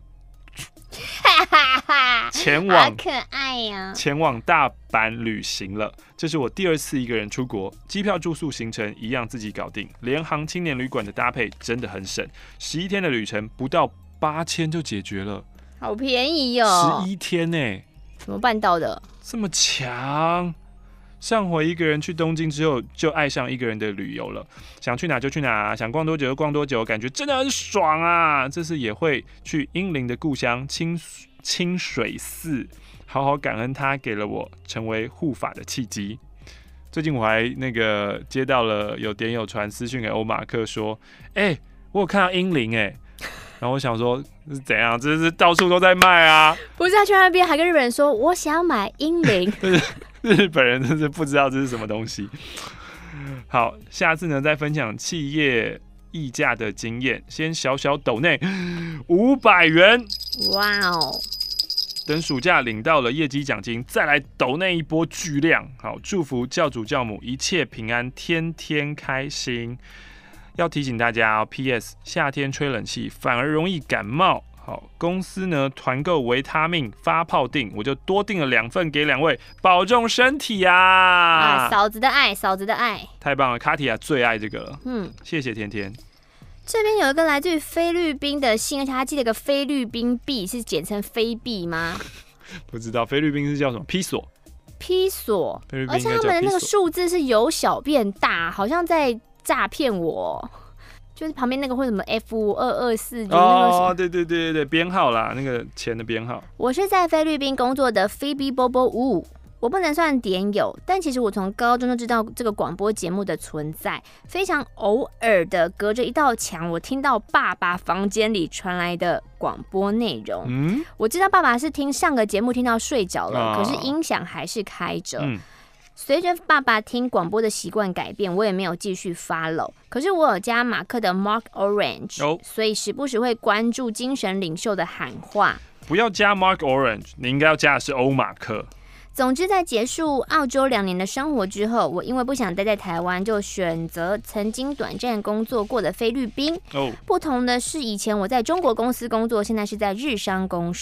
前往， 好可爱呀、啊！ 前往大阪旅行了。这是我第二次一个人出国，机票、住宿、行程一样自己搞定。联航青年旅馆的搭配真的很省，十一天的旅程不到八千就解决了， 好便宜哦！ 十一天呢、欸？ 怎么办到的？ 这么强！上回一个人去东京之后，就爱上一个人的旅游了，想去哪就去哪，想逛多久就逛多久，感觉真的很爽啊！这次也会去英灵的故乡清清水寺，好好感恩他给了我成为护法的契机。最近我还那个接到了有点友传私讯给欧马克说，哎、欸，我有看到英灵哎、欸。然后我想说，这是怎样？这是到处都在卖啊！ 不是，他去那边还跟日本人说，我想买英灵。 日本人真是不知道这是什么东西。好，下次呢再分享企业议价的经验。先小小抖内五百元， 哇哦！ 等暑假领到了业绩奖金，再来抖内一波巨量。好，祝福教主教母一切平安，天天开心。要提醒大家哦 ，P S 夏天吹冷气反而容易感冒。好，公司呢团购维他命发泡锭，我就多订了两份给两位，保重身体呀、啊！ 啊，嫂子的爱，嫂子的爱， 太棒了，卡提亚最爱这个了。嗯，谢谢甜甜。 这边有一个来自于菲律宾的信，而且他记得个菲律宾币是简称菲币吗？ 不知道菲律宾是叫什么？披索。 披索，而且他们的那个数字是由小变大，好像在诈骗我，就是旁边那个会什么 F 二二四哦，对对对对，编号啦，那个钱的编号。 我是在菲律宾工作的 Phoebe Bobo Wu， 我不能算点友，但其实我从高中就知道这个广播节目的存在，非常偶尔的隔着一道墙，我听到爸爸房间里传来的广播内容。嗯，我知道爸爸是听上个节目听到睡着了，哦、可是音响还是开着。嗯，随着爸爸听广播的习惯改变，我也没有继续 follow。可是我有加马克的 Mark Orange，、哦、所以时不时会关注精神领袖的喊话。 不要加 Mark Orange， 你应该要加的是欧马克。 总之，在结束澳洲两年的生活之后，我因为不想待在台湾，就选择曾经短暂工作过的菲律宾。哦，不同的是，以前我在中国公司工作，现在是在日商公司。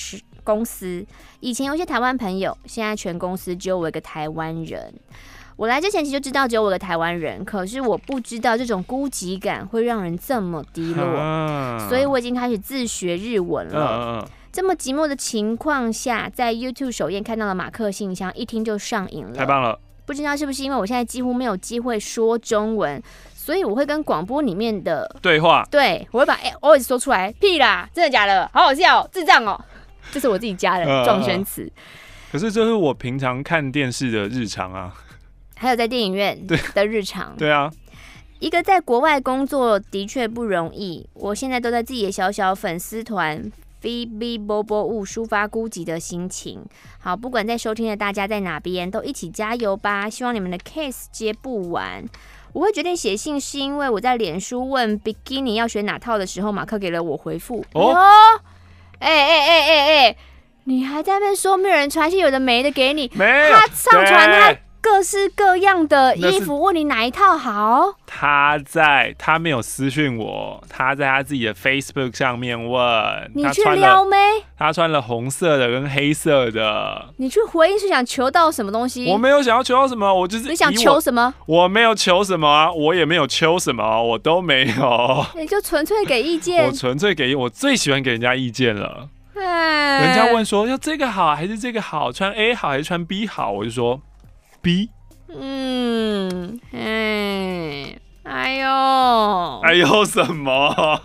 公司，以前有些台湾朋友，现在全公司只有我一个台湾人。我来之前其实就知道只有我一个台湾人，可是我不知道这种孤寂感会让人这么低落，啊、所以我已经开始自学日文了。啊、这么寂寞的情况下，在 YouTube 首页看到了马克信箱，一听就上瘾了， 太棒了！ 不知道是不是因为我现在几乎没有机会说中文。所以我会跟广播里面的对话， 对我会把哎 always 说出来，屁啦，真的假的，好好笑，智障哦，这是我自己加的撞声词。 可是这是我平常看电视的日常啊， 还有在电影院的日常。 对啊， 一个在国外工作的确不容易，我现在都在自己的小小粉丝团。B B 波波物抒发孤寂的心情。好，不管在收听的大家在哪边，都一起加油吧！希望你们的 case 接不完。我会决定写信，是因为我在脸书问 bikini 要选哪套的时候，马克给了我回复。哦，哎哎哎哎哎，你还在那边说没有人传信，有的没的给你， 没有， 他上传他各式各样的衣服，问你哪一套好。 他在，他没有私讯我，他在他自己的 Facebook 上面问。 你去撩妹？ 他穿了红色的跟黑色的。 你去回应是想求到什么东西？ 我没有想要求到什么，我就是你想求什么？ 我没有求什么啊，我也没有求什么，我都没有。 你就纯粹给意见。 我纯粹给，我最喜欢给人家意见了。人家问说要这个好还是这个好，穿 A 好还是穿 B 好，我就说 B。 嗯，哎，哎呦， 哎呦什么？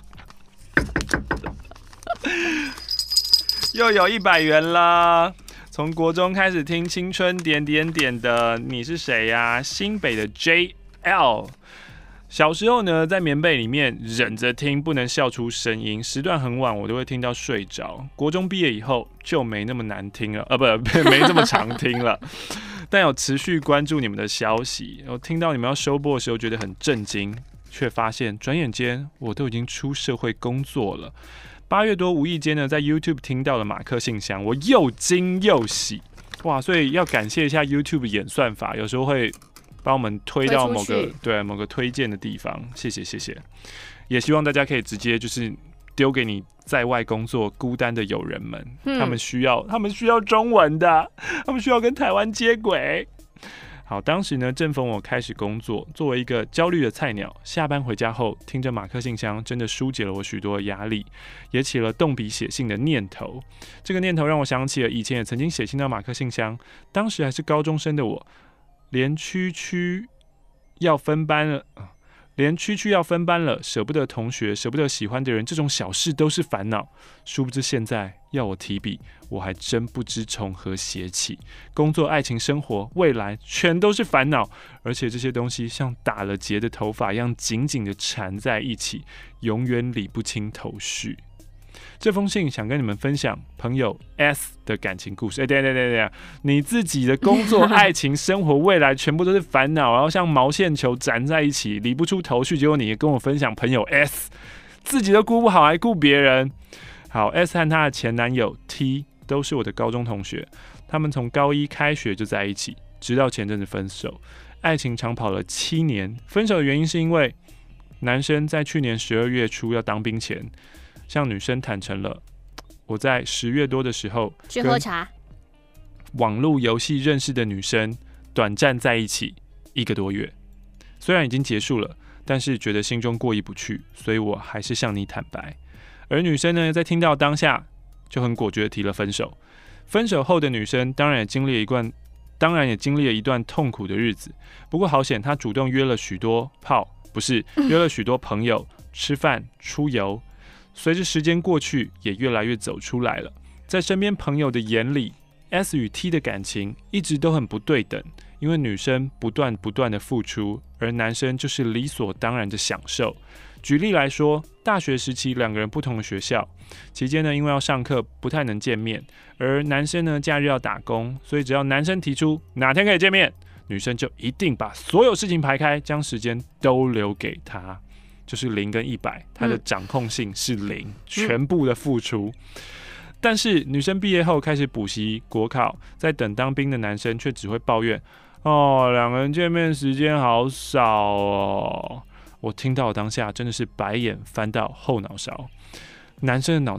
又有一百元啦！从国中开始听青春点点点的，你是谁呀、啊？新北的 J L。小时候呢，在棉被里面忍着听，不能笑出声音。时段很晚，我都会听到睡着。国中毕业以后就没那么难听了，呃，不，没这么常听了。但有持续关注你们的消息，我听到你们要收播的时候，觉得很震惊，却发现转眼间我都已经出社会工作了。八月多，无意间呢，在 YouTube 听到了马克信箱，我又惊又喜，哇！所以要感谢一下 YouTube 演算法，有时候会把我们推到某个对某个推荐的地方，谢谢谢谢。也希望大家可以直接就是丢给你在外工作孤单的友人们，嗯、他们需要他们需要中文的，他们需要跟台湾接轨。好，当时呢，正逢我开始工作，作为一个焦虑的菜鸟，下班回家后，听着马克信箱，真的疏解了我许多的压力，也起了动笔写信的念头。这个念头让我想起了以前也曾经写信到马克信箱，当时还是高中生的我，连区区要分班了。连区区要分班了，舍不得同学，舍不得喜欢的人，这种小事都是烦恼。殊不知现在要我提笔，我还真不知从何写起。工作、爱情、生活、未来，全都是烦恼，而且这些东西像打了结的头发一样紧紧的缠在一起，永远理不清头绪。这封信想跟你们分享朋友 S 的感情故事。哎、欸，对对对对，你自己的工作、爱情、生活、未来，全部都是烦恼，然后像毛线球粘在一起，理不出头绪。结果你也跟我分享朋友 S， 自己都顾不好，还顾别人。好 ，S 和她的前男友 T 都是我的高中同学，他们从高一开学就在一起，直到前阵子分手。爱情长跑了七年，分手的原因是因为男生在去年十二月初要当兵前。向女生坦诚了，我在十月多的时候去喝茶， 网络游戏认识的女生短暂在一起一个多月，虽然已经结束了，但是觉得心中过意不去，所以我还是向你坦白。而女生呢，在听到当下就很果决地提了分手。分手后的女生当然也经历了一段，当然也经历了一段痛苦的日子。不过好险，她主动约了许多炮，不是约了许多朋友吃饭、出游。随着时间过去，也越来越走出来了。在身边朋友的眼里 ，S 与 T 的感情一直都很不对等，因为女生不断不断的付出，而男生就是理所当然的享受。举例来说，大学时期两个人不同的学校，期间呢，因为要上课不太能见面，而男生呢假日要打工，所以只要男生提出哪天可以见面，女生就一定把所有事情排开，将时间都留给他。就是零跟一百，他的掌控性是零、嗯，全部的付出。但是女生毕业后开始补习国考，在等当兵的男生却只会抱怨：“哦，两个人见面时间好少哦。”我听到当下真的是白眼翻到后脑勺。男生的脑袋里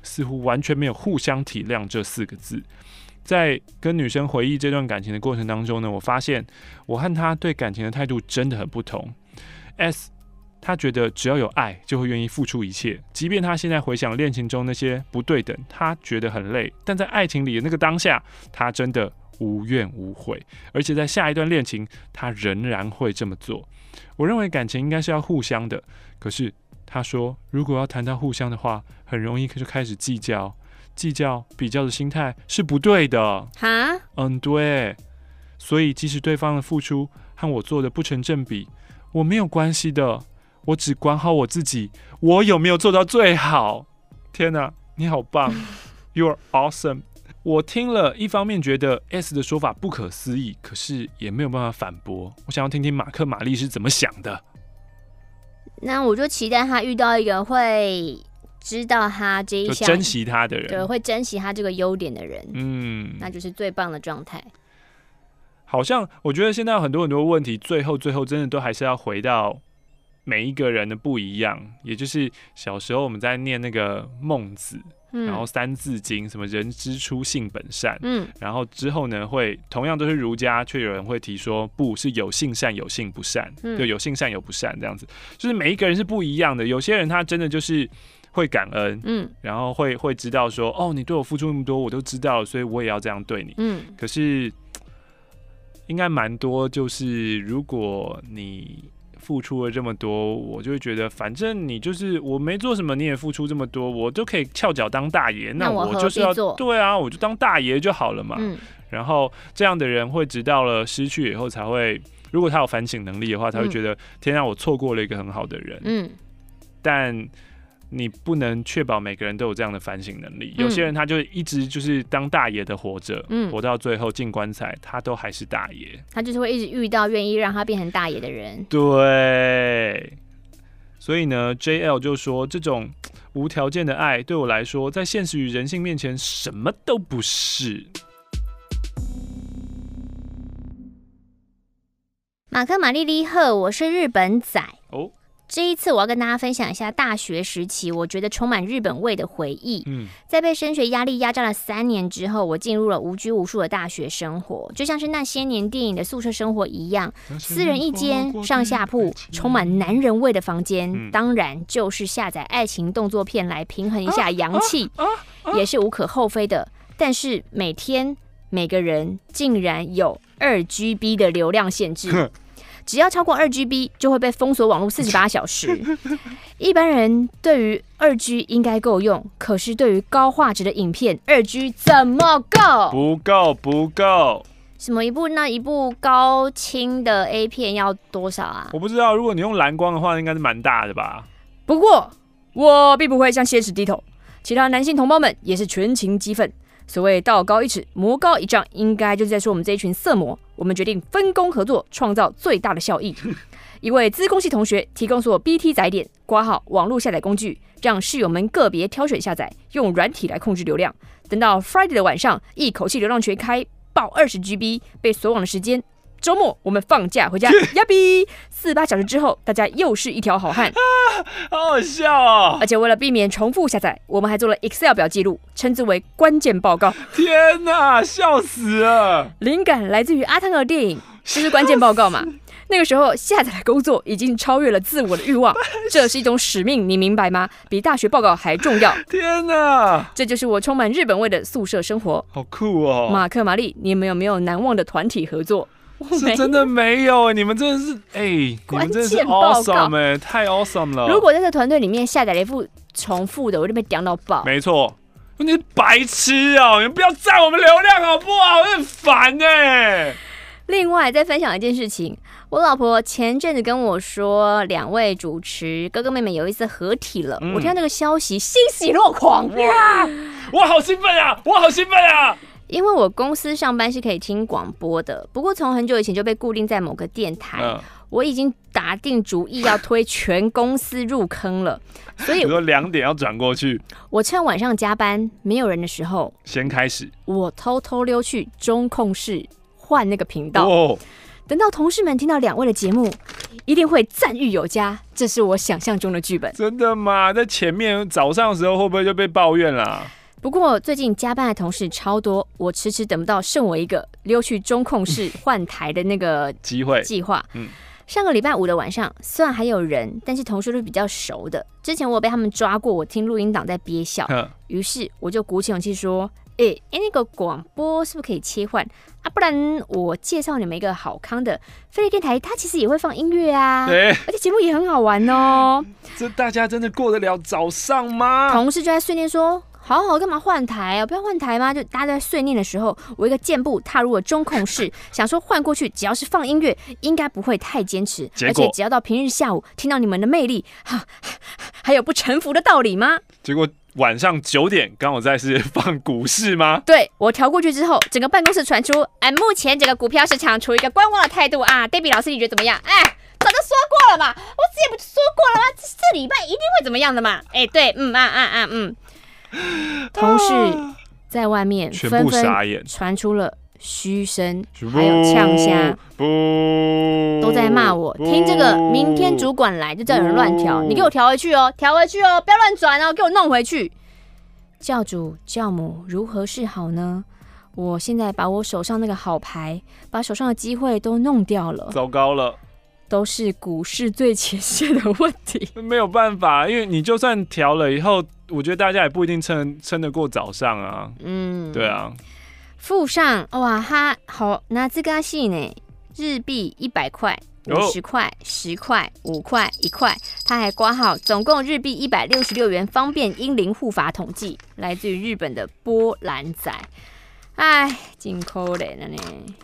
似乎完全没有互相体谅这四个字。在跟女生回忆这段感情的过程当中呢，我发现我和她对感情的态度真的很不同。S 她觉得只要有爱就会愿意付出一切，即便她现在回想恋情中那些不对等，她觉得很累，但在爱情里的那个当下，她真的无怨无悔，而且在下一段恋情，她仍然会这么做。我认为感情应该是要互相的，可是她说，如果要谈到互相的话，很容易就开始计较。计较、比较的心态是不对的。 哈？ 嗯，对。所以，即使对方的付出和我做的不成正比，我没有关系的。我只管好我自己，我有没有做到最好？天哪，你好棒！You're awesome。我听了一方面觉得 S 的说法不可思议，可是也没有办法反驳。我想要听听马克·玛丽是怎么想的。 那我就期待他遇到一个会知道他这一项， 就珍惜他的人， 对，会珍惜他这个优点的人， 嗯， 那就是最棒的状态。 好像我觉得现在有很多很多问题，最后最后真的都还是要回到每一个人的不一样，也就是小时候我们在念那个孟子。嗯、然后三字经什么人之初性本善，嗯，然后之后呢会同样都是儒家，却有人会提说不是有性善有性不善，嗯，就有性善有不善这样子，就是每一个人是不一样的。有些人他真的就是会感恩，嗯，然后会会知道说哦，你对我付出那么多，我都知道了，所以我也要这样对你，嗯。可是应该蛮多，就是如果你付出了这么多，我就会觉得，反正你就是我没做什么，你也付出这么多，我就可以翘脚当大爷，那我就是要对啊，我就当大爷就好了嘛。嗯、然后这样的人会直到了失去以后才会，如果他有反省能力的话，他会觉得、嗯、天啊，我错过了一个很好的人。嗯，但你不能确保每个人都有这样的反省能力。嗯、有些人他就一直就是当大爷的活着，嗯、活到最后进棺材，他都还是大爷。 他就是会一直遇到愿意让他变成大爷的人。 对，所以呢 ，J L 就说这种无条件的爱对我来说，在现实与人性面前什么都不是。 马克·玛丽丽赫，我是日本仔。 哦。 这一次我要跟大家分享一下大学时期我觉得充满日本味的回忆。嗯，在被升学压力压榨了三年之后，我进入了无拘无束的大学生活，就像是那些年电影的宿舍生活一样，四人一间，上下铺，充满男人味的房间。嗯、当然就是下载爱情动作片来平衡一下阳气，啊啊啊、也是无可厚非的。但是每天每个人竟然有二 G B 的流量限制。只要超过二 G B 就会被封锁网络四十八小时。一般人对于二 G 应该够用，可是对于高画质的影片，二 G 怎么够？ 不够，不够。 什么一部那一部高清的 A 片要多少啊？ 我不知道，如果你用蓝光的话，应该是蛮大的吧。 不过我并不会向现实低头，其他男性同胞们也是全情激愤。所谓道高一尺，魔高一丈，应该就是在说我们这一群色魔。我们决定分工合作，创造最大的效益。一位资工系同学提供所有 B T 载点、括号网络下载工具，让室友们个别挑选下载，用软体来控制流量。等到 Friday 的晚上，一口气流量全开，爆二十 G B， 被锁网的时间。周末我们放假回家，呀比四八小时之后，大家又是一条好汉， 啊，好好笑哦！ 而且为了避免重复下载，我们还做了 Excel 表记录，称之为关键报告。 天哪，笑死了！ 灵感来自于阿汤的电影，就是关键报告嘛。那个时候下载的工作已经超越了自我的欲望，这是一种使命，你明白吗？比大学报告还重要。 天哪， 这就是我充满日本味的宿舍生活。 好酷哦！ 马克·玛丽，你们有没有难忘的团体合作？ 是真的没有，你们真的是哎、欸，你们真的是 awesome 哎、欸，太 awesome 了。 如果在这个团队里面下载了一副重复的，我就被屌到爆。 没错，你是白痴哦、喔，你们不要占我们流量好不好？我很烦哎、欸。 另外，再分享一件事情，我老婆前阵子跟我说，两位主持哥哥妹妹有一次合体了。嗯、我听到这个消息，欣喜若狂哇！我好兴奋啊！我好兴奋啊！ 因为我公司上班是可以听广播的，不过从很久以前就被固定在某个电台，嗯、我已经打定主意要推全公司入坑了，所以你说两点要转过去， 我趁晚上加班没有人的时候先开始， 我偷偷溜去中控室换那个频道。哦， 等到同事们听到两位的节目，一定会赞誉有加。这是我想象中的剧本。 真的吗？在前面早上的时候会不会就被抱怨啦？ 不过最近加班的同事超多，我迟迟等不到剩我一个溜去中控室换台的那个机会计划。 嗯， 上个礼拜五的晚上，虽然还有人，但是同事都比较熟的。之前我被他们抓过，我听录音档在憋笑，于是我就鼓起勇气说：“哎、欸欸，那个广播是不是可以切换啊？不然我介绍你们一个好康的飞碟电台，它其实也会放音乐啊， 对， 而且节目也很好玩哦。 这大家真的过得了早上吗？” 同事就在碎念说：“好好，干嘛换台啊？不要换台吗？”就大家在碎念的时候，我一个箭步踏入了中控室，想说换过去，只要是放音乐，应该不会太坚持，而且只要到平日下午听到你们的魅力，哈，还有不臣服的道理吗？ 结果晚上九点刚好在是放股市吗？ 对，我调过去之后，整个办公室传出，哎，目前整个股票市场处于一个观望的态度啊。Debbie 老师，你觉得怎么样？哎，早就说过了嘛，我之前不就说过了吗？这, 这礼拜一定会怎么样的嘛？哎，对，嗯啊啊啊嗯。同事在外面纷纷传出了嘘声，还有呛虾，都在骂我。听这个，明天主管来就叫有人乱调，你给我调回去哦，调回去哦，不要乱转哦，给我弄回去。教主教母如何是好呢？我现在把我手上那个好牌，把手上的机会都弄掉了， 糟糕了。 都是股市最前线的问题， 没有办法，因为你就算调了以后，我觉得大家也不一定撑撑得过早上啊。嗯，对啊。 附上哇哈好，那这个戏呢？日币一百块、五十块、十块、五块、一块，他还挂号，总共日币一百六十六元，方便英灵护法统计，来自于日本的波兰仔。哎，真可怜了呢。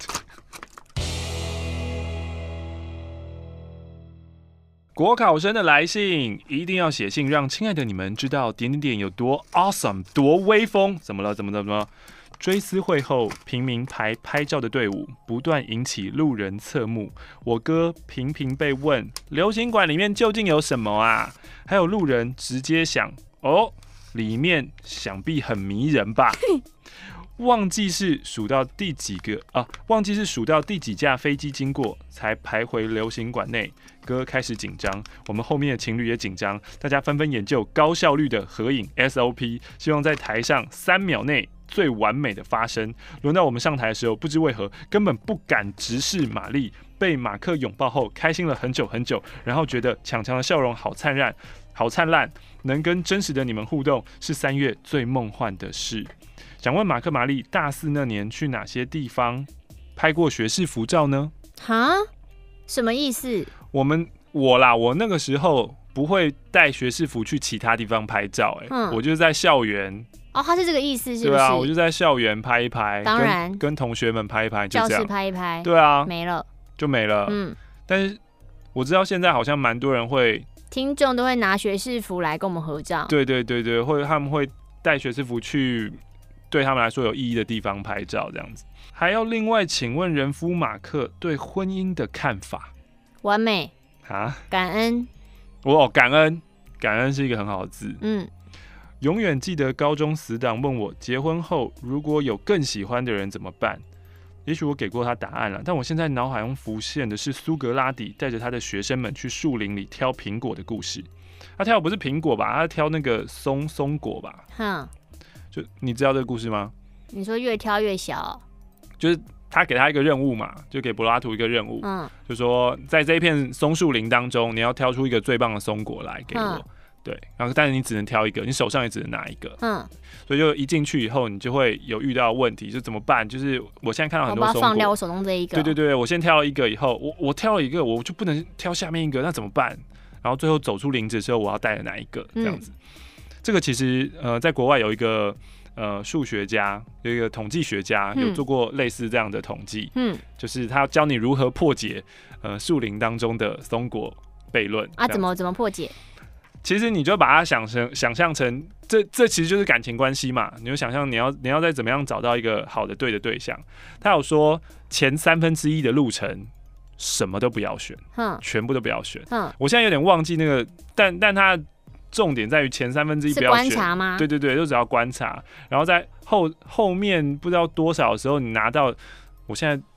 国考生的来信一定要写信，让亲爱的你们知道点点点有多 awesome， 多威风。怎么了？怎么了？怎么了？追思会后，平民排拍照的队伍不断引起路人侧目。我哥频频被问流行馆里面究竟有什么啊？还有路人直接想哦，里面想必很迷人吧？忘记是数到第几个啊？忘记是数到第几架飞机经过，才排回流行馆内。哥开始紧张，我们后面的情侣也紧张，大家纷纷研究高效率的合影 S O P， 希望在台上三秒内最完美的发生。轮到我们上台的时候，不知为何根本不敢直视马力，被马克拥抱后开心了很久很久，然后觉得强强的笑容好灿烂，好灿烂，能跟真实的你们互动是三月最梦幻的事。想问马克玛丽，大四那年去哪些地方拍过学士服照呢？ 哈？什么意思？ 我们我啦，我那个时候不会带学士服去其他地方拍照、欸，哎、嗯，我就是在校园。 哦，他是这个意思，是不是？ 对啊，我就在校园拍一拍， 当然跟, 跟同学们拍一拍，就这样， 教室拍一拍， 对啊， 没了， 就没了。嗯，但是我知道现在好像蛮多人会， 听众都会拿学士服来跟我们合照。 对对对对，或者他们会带学士服去对他们来说有意义的地方拍照，这样子。还要另外请问人夫马克对婚姻的看法？ 完美啊， 感恩， 哦，感恩，感恩是一个很好的字。 嗯， 永远记得高中死党问我，结婚后如果有更喜欢的人怎么办？也许我给过他答案了，但我现在脑海中浮现的是苏格拉底带着他的学生们去树林里挑苹果的故事。他挑的不是苹果吧？他挑那个松松果吧？哼，就你知道这个故事吗？ 你说越挑越小， 就是他给他一个任务嘛，就给柏拉图一个任务，嗯，就说在这一片松树林当中，你要挑出一个最棒的松果来给我。嗯，对，然后但是你只能挑一个，你手上也只能拿一个，嗯，所以就一进去以后，你就会有遇到问题，就怎么办？就是我现在看到很多松果， 我把它放掉我手中这一个， 对对对，我先挑了一个以后，我我挑了一个，我就不能挑下面一个，那怎么办？然后最后走出林子的时候，我要带了哪一个？这样子，嗯、这个其实呃，在国外有一个呃数学家，有一个统计学家、嗯、有做过类似这样的统计，嗯，就是他教你如何破解呃树林当中的松果悖论啊，怎么怎么破解？ 其实你就把它想成想象成这这其实就是感情关系嘛，你就想象你要你要再怎么样找到一个好的对的对象。他有说前三分之一的路程什么都不要选，全部都不要选。我现在有点忘记那个，但但他重点在于前三分之一不要选， 是观察吗？ 对对对，就只要观察，然后在后后面不知道多少的时候，你拿到我现在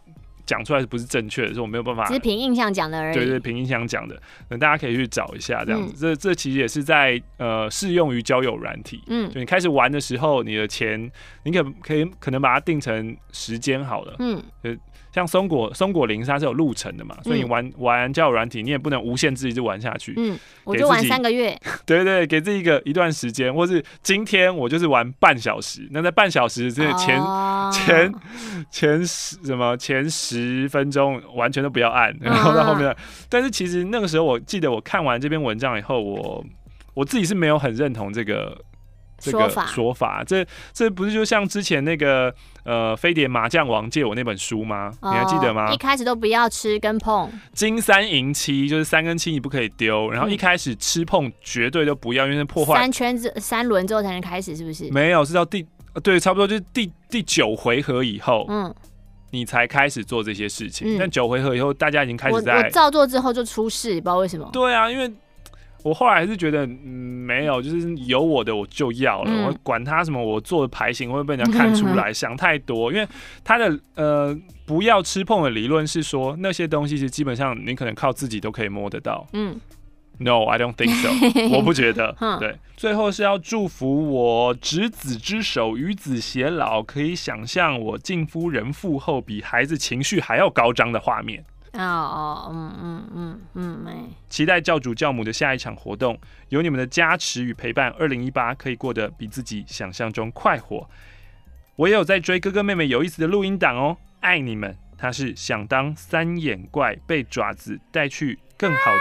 讲出来不是正确的，所以我没有办法， 只是凭印象讲的而已。 对对，凭印象讲的，那大家可以去找一下这样子。嗯、这这其实也是在呃适用于交友软体。嗯，就你开始玩的时候，你的钱你可可以可能把它定成时间好了。嗯，就像松果松果林它是有路程的嘛，所以你玩、嗯、玩交友软体，你也不能无限制一直玩下去。嗯， 我就玩三个月。 对对，给自己一个一段时间，或是今天我就是玩半小时。那在半小时之前、哦、前前十什么前十分钟完全都不要按，然后到后面。嗯、但是其实那个时候，我记得我看完这篇文章以后，我我自己是没有很认同这个。这个说法，这这不是就像之前那个呃飞碟麻将王借我那本书吗？哦、你还记得吗？ 一开始都不要吃跟碰， 金三银七就是三跟七你不可以丢，然后一开始吃碰绝对都不要，因为是破坏。 三圈子三轮之后才能开始，是不是？ 没有，是到第对差不多就是第第九回合以后，嗯，你才开始做这些事情。嗯、但九回合以后，大家已经开始在我, 我照做之后就出事，不知道为什么。 对啊，因为。我后来还是觉得，嗯，没有，就是有我的我就要了，嗯、我管他什么，我做的牌型会不会被人家看出来，想太多。因为他的呃不要吃碰的理论是说，那些东西是基本上你可能靠自己都可以摸得到。嗯 ，No, I don't think so 。我不觉得。对，最后是要祝福我执子之手，与子偕老，可以想象我近夫人父后比孩子情绪还要高涨的画面。 哦哦，嗯嗯嗯嗯，哎， 期待教主教母的下一场活动，有你们的加持与陪伴，二零一八可以过得比自己想象中快活。我也有在追哥哥妹妹有意思的录音档哦，爱你们。他是想当三眼怪，被爪子带去更好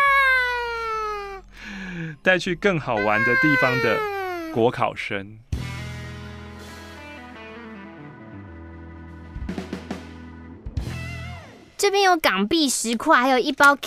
带去更好玩的地方的国考生。 这边有港币十块，还有一包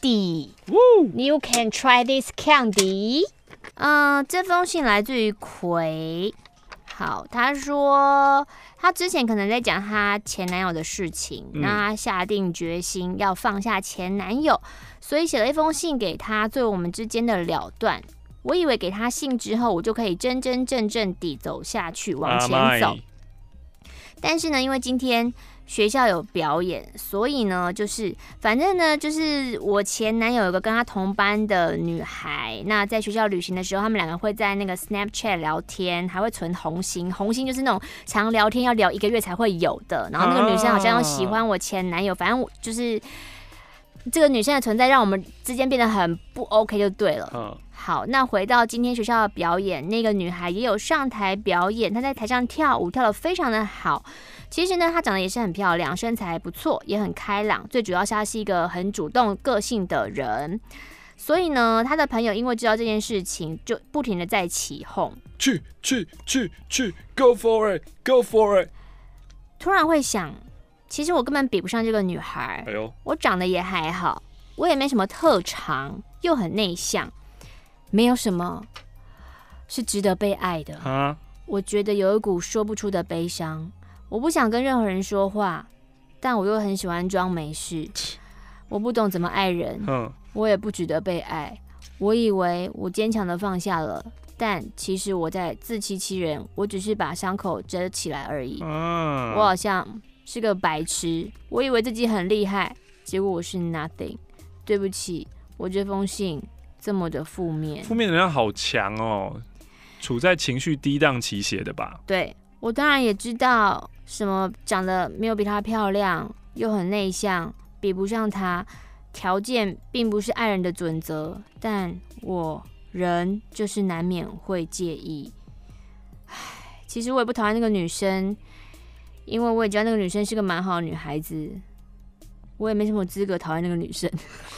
candy。You can try this candy。嗯、呃，这封信来自于葵。好，他说他之前可能在讲他前男友的事情，嗯、那他下定决心要放下前男友，所以写了一封信给他，作为我们之间的了断。我以为给他信之后，我就可以真真正正地走下去，往前走。但是呢，因为今天学校有表演，所以呢，就是反正呢，就是我前男友有个跟他同班的女孩，那在学校旅行的时候，他们两个会在那个 Snapchat 聊天，还会存红心，红心就是那种常聊天要聊一个月才会有的。然后那个女生好像要喜欢我前男友，反正就是这个女生的存在让我们之间变得很不 OK 就对了。好，那回到今天学校的表演，那个女孩也有上台表演，她在台上跳舞，跳得非常的好。其实呢，她长得也是很漂亮，身材不错，也很开朗。最主要是她是一个很主动个性的人，所以呢，她的朋友因为知道这件事情，就不停的在起哄， 去去去去 ，Go for it, Go for it。 突然会想，其实我根本比不上这个女孩。哎呦，我长得也还好，我也没什么特长，又很内向。没有什么是值得被爱的啊！我觉得有一股说不出的悲伤，我不想跟任何人说话，但我又很喜欢装没事。我不懂怎么爱人，嗯、我也不值得被爱。我以为我坚强的放下了，但其实我在自欺欺人，我只是把伤口遮起来而已。嗯、我好像是个白痴，我以为自己很厉害，结果我是 nothing。对不起，我这封信这么的负面， 负面能量好强哦，处在情绪低档期写的吧？ 对，我当然也知道，什么长得没有比她漂亮，又很内向，比不上她，条件并不是爱人的准则，但我人就是难免会介意。唉，其实我也不讨厌那个女生，因为我也知道那个女生是个蛮好的女孩子，我也没什么资格讨厌那个女生。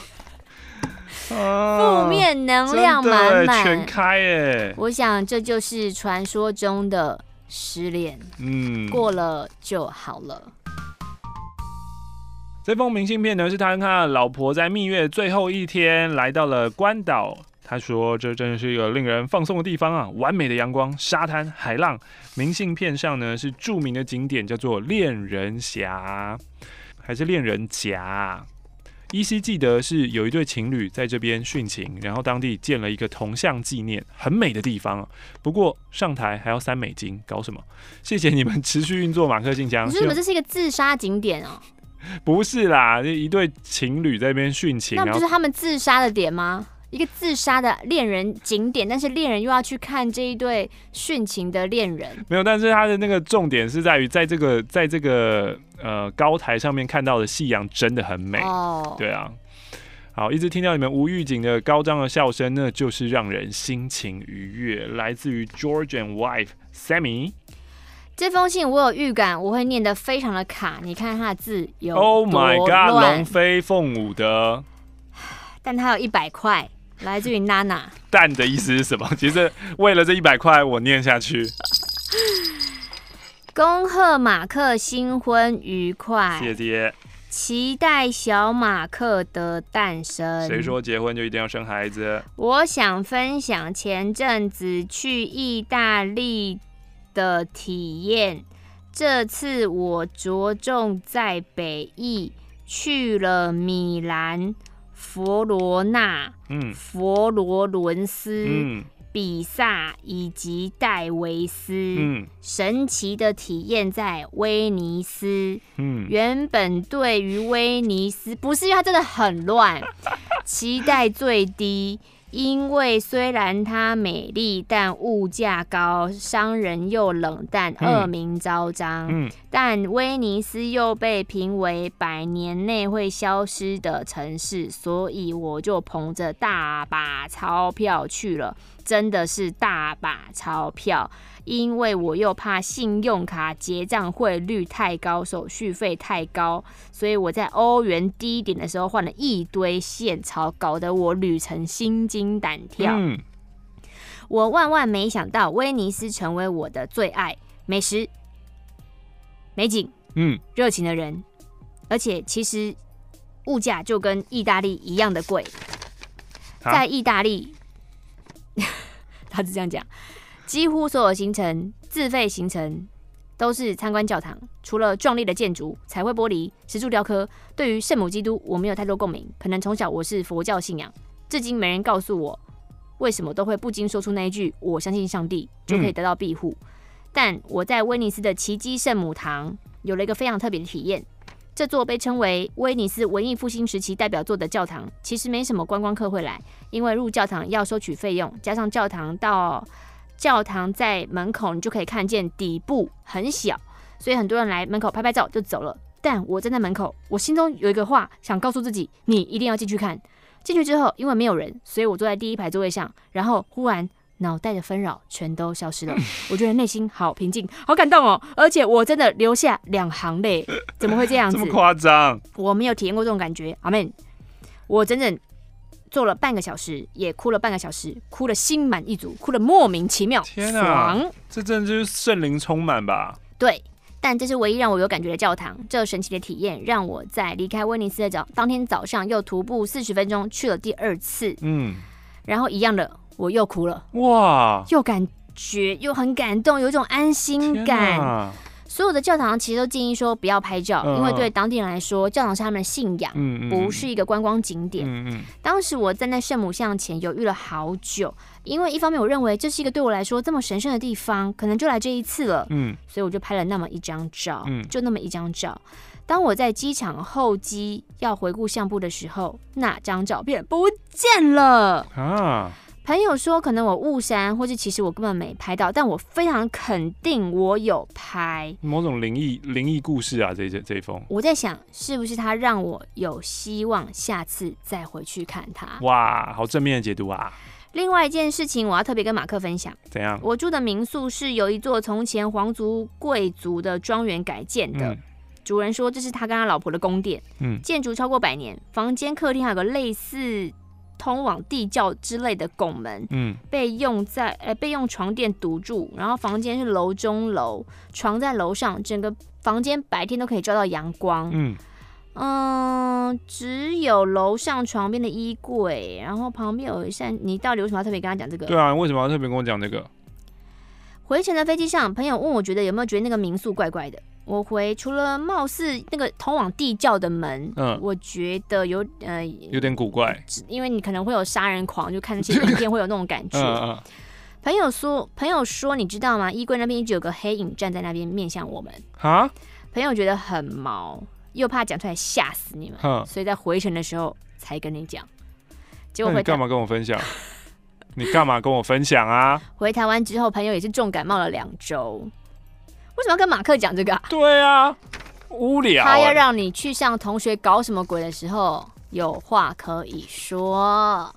负面能量满满， 全开耶！ 我想这就是传说中的失恋，嗯，过了就好了。 这封明信片呢，是他跟他的老婆在蜜月最后一天来到了关岛。他说：“这真是一个令人放松的地方啊，完美的阳光、沙滩、海浪。”明信片上呢是著名的景点，叫做恋人峡，还是恋人峡？依稀记得是有一对情侣在这边殉情，然后当地建了一个铜像纪念，很美的地方。不过上台还要三美金，搞什么？谢谢你们持续运作马克信箱。 你说什么？这是一个自杀景点哦？ 不是啦，一对情侣在那边殉情， 那不就是他们自杀的点吗？一个自杀的恋人景点，但是恋人又要去看这一对殉情的恋人。 没有，但是他的那个重点是在于，在这个在这个呃高台上面看到的夕阳真的很美。哦，对啊。好，一直听到你们无预警的高涨的笑声，那就是让人心情愉悦。来自于 George and Wife Sammy。 这封信我有预感，我会念得非常的卡。你看他的字有多 Oh my God， 龙飞凤舞的。 但他有一百块。来自于娜娜， 蛋的意思是什么？其实为了这一百块，我念下去。 恭贺马克新婚愉快， 谢谢。 期待小马克的诞生。 谁说结婚就一定要生孩子？ 我想分享前阵子去意大利的体验。这次我着重在北意，去了米兰。佛罗纳、嗯、佛罗伦斯、嗯、比萨以及戴维斯、嗯，神奇的体验在威尼斯。嗯，原本对于威尼斯不是因为它真的很乱，期待最低。因为虽然它美丽，但物价高，商人又冷淡，恶名昭彰。嗯嗯、但威尼斯又被评为百年内会消失的城市，所以我就捧着大把钞票去了，真的是大把钞票。因为我又怕信用卡结账汇率太高，手续费太高，所以我在欧元低点的时候换了一堆现钞，搞得我旅程心惊胆跳。嗯、我万万没想到威尼斯成为我的最爱，美食、美景、嗯，热情的人，而且其实物价就跟意大利一样的贵。在意大利，他是这样讲。几乎所有行程自费行程都是参观教堂，除了壮丽的建筑、彩绘玻璃、石柱雕刻，对于圣母基督我没有太多共鸣。可能从小我是佛教信仰，至今没人告诉我为什么都会不禁说出那一句"我相信上帝"就可以得到庇护。嗯、但我在威尼斯的奇迹圣母堂有了一个非常特别的体验。这座被称为威尼斯文艺复兴时期代表作的教堂，其实没什么观光客会来，因为入教堂要收取费用，加上教堂到教堂在门口，你就可以看见底部很小，所以很多人来门口拍拍照就走了。但我站在门口，我心中有一个话想告诉自己：你一定要进去看。进去之后，因为没有人，所以我坐在第一排座位上，然后忽然脑袋的纷扰全都消失了。我觉得内心好平静，好感动哦！而且我真的流下两行泪，怎么会这样子？ 这么夸张？ 我没有体验过这种感觉。阿们，我整整坐了半个小时，也哭了半个小时，哭得心满意足，哭得莫名其妙， 天啊，爽！这真的就是圣灵充满吧？ 对，但这是唯一让我有感觉的教堂。这神奇的体验让我在离开威尼斯的早当天早上又徒步四十分钟去了第二次，嗯，然后一样的我又哭了，哇，又感觉又很感动，有一种安心感。所有的教堂其实都建议说不要拍照，嗯、因为对当地人来说，教堂是他们的信仰，嗯、不是一个观光景点。嗯嗯、当时我站在圣母像前犹豫了好久，因为一方面我认为这是一个对我来说这么神圣的地方，可能就来这一次了，嗯、所以我就拍了那么一张照，嗯、就那么一张照。当我在机场候机要回顾相簿的时候，那张照片不见了啊！朋友说可能我误删，或是其实我根本没拍到，但我非常肯定我有拍。 某种灵异灵异故事啊，这这这一封。 我在想，是不是他让我有希望下次再回去看他？ 哇，好正面的解读啊！ 另外一件事情，我要特别跟马克分享。 怎样？ 我住的民宿是由一座从前皇族贵族的庄园改建的。嗯，主人说这是他跟他老婆的宫殿。嗯，建筑超过百年，房间、客厅还有个类似通往地窖之类的拱门，嗯，被用在呃被用床垫堵住，然后房间是楼中楼，床在楼上，整个房间白天都可以照到阳光，嗯嗯，只有楼上床边的衣柜，然后旁边有一扇，你到底为什么要特别跟他讲这个？ 对啊，为什么要特别跟我讲这个？ 回程的飞机上，朋友问我觉得有没有觉得那个民宿怪怪的。我回除了貌似那个通往地窖的门，嗯，我觉得有呃有点古怪， 因为你可能会有杀人狂，就看那些影片会有那种感觉。嗯嗯、朋友说，朋友说，你知道吗？衣柜那边一直有个黑影站在那边面向我们。哈？朋友觉得很毛， 又怕讲出来吓死你们，所以在回程的时候才跟你讲。结果回你干嘛跟我分享？你干嘛跟我分享啊？ 回台湾之后，朋友也是重感冒了两周。为什么要跟马克讲这个啊？ 对啊，无聊、欸。 他要让你去向同学搞什么鬼的时候，有话可以说。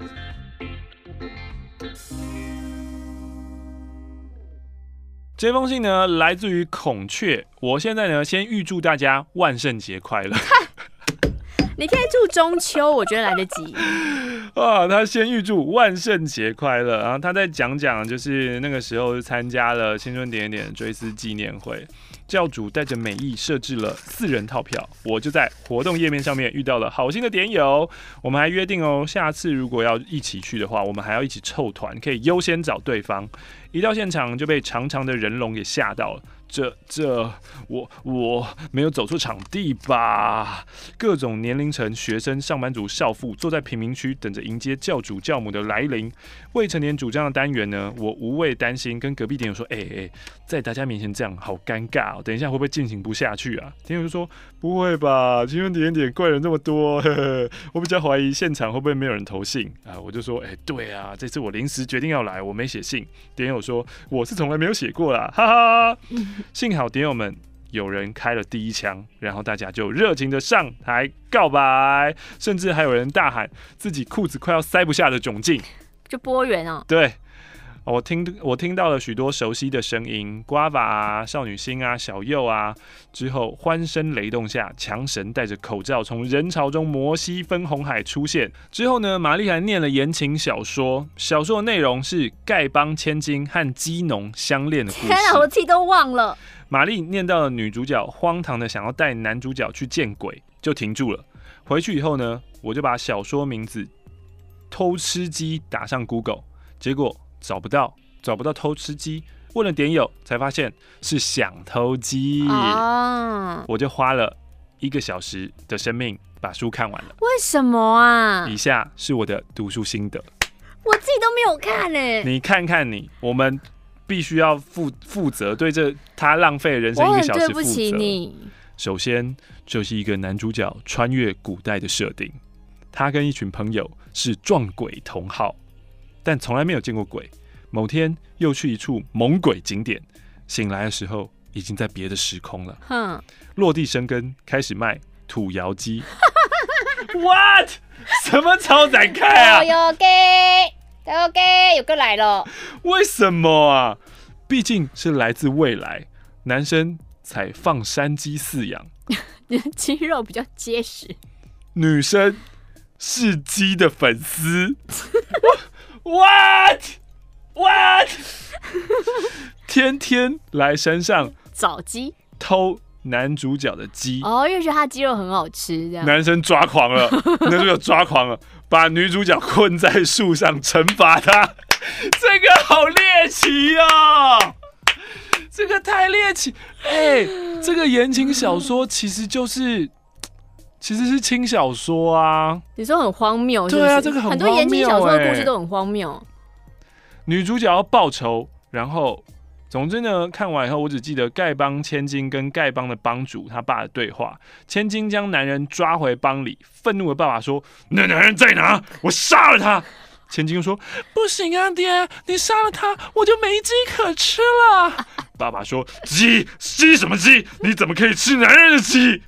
这封信呢，来自于孔雀。我现在呢，先预祝大家万圣节快乐。 你可以祝中秋，我觉得来得及。 啊，他先预祝万圣节快乐，然后他再讲讲，就是那个时候参加了青春点点追思纪念会，教主带着美意设置了四人套票，我就在活动页面上面遇到了好心的点友，我们还约定哦，下次如果要一起去的话，我们还要一起凑团，可以优先找对方。一到现场就被长长的人龙给吓到了。这这我我没有走错场地吧？各种年龄层、学生、上班族、少妇坐在贫民区等着迎接教主教母的来临。未成年主张的单元呢，我无谓担心，跟隔壁点友说：“哎、欸、哎、欸，在大家面前这样好尴尬哦，等一下会不会进行不下去啊？”点友就说：“不会吧，青春点点怪人这么多，呵呵，我比较怀疑现场会不会没有人投信啊？”我就说：“哎、欸，对啊，这次我临时决定要来，我没写信。”点友说：“我是从来没有写过啦，哈哈。”幸好点友们有人开了第一枪，然后大家就热情的上台告白，甚至还有人大喊自己裤子快要塞不下的窘境， 就波源哦。 对，我听我听到了许多熟悉的声音，瓜娃啊、少女心啊、小右啊。之后欢声雷动下，强神戴着口罩从人潮中摩西分红海出现。之后呢，玛丽还念了言情小说，小说的内容是丐帮千金和基农相恋的故事。 天啊，我自己都忘了。 玛丽念到了女主角荒唐的想要带男主角去见鬼，就停住了。回去以后呢，我就把小说名字偷吃鸡打上 Google， 结果找不到，找不到偷吃鸡。问了点友，才发现是想偷鸡。哦，我就花了一个小时的生命把书看完了。 为什么啊？ 以下是我的读书心得。 我自己都没有看欸。 你看看你，我们必须要负负责，对这他浪费人生一个小时负责。我很对不起你。首先，就是一个男主角穿越古代的设定，他跟一群朋友是撞鬼同好，但从来没有见过鬼。某天又去一处猛鬼景点，醒来的时候已经在别的时空了。哼，落地生根，开始卖土窑鸡。What？ 什么超展开啊？ 有给，有给，有个来了。 为什么啊？毕竟是来自未来，男生采放山鸡饲养， 肌肉比较结实。 女生是鸡的粉丝。What？ What？ 天天来山上找鸡， 偷男主角的鸡。 哦，因为觉得他鸡肉很好吃，这样。 男生抓狂了，男主角抓狂了，把女主角困在树上惩罚他。这个好猎奇哦，这个太猎奇。哎、欸，这个言情小说其实就是。其实是轻小说啊， 你说很荒谬是不是？ 对啊，这个很荒谬、欸、 很多言情小说的故事都很荒谬。 女主角要报仇，然后，总之呢，看完以后，我只记得丐帮千金跟丐帮的帮主他爸的对话。千金将男人抓回帮里，愤怒的爸爸说：“那男人在哪？我杀了他！”千金说：“不行啊，爹，你杀了他，我就没鸡可吃了。”爸爸说：“鸡鸡什么鸡？你怎么可以吃男人的鸡？”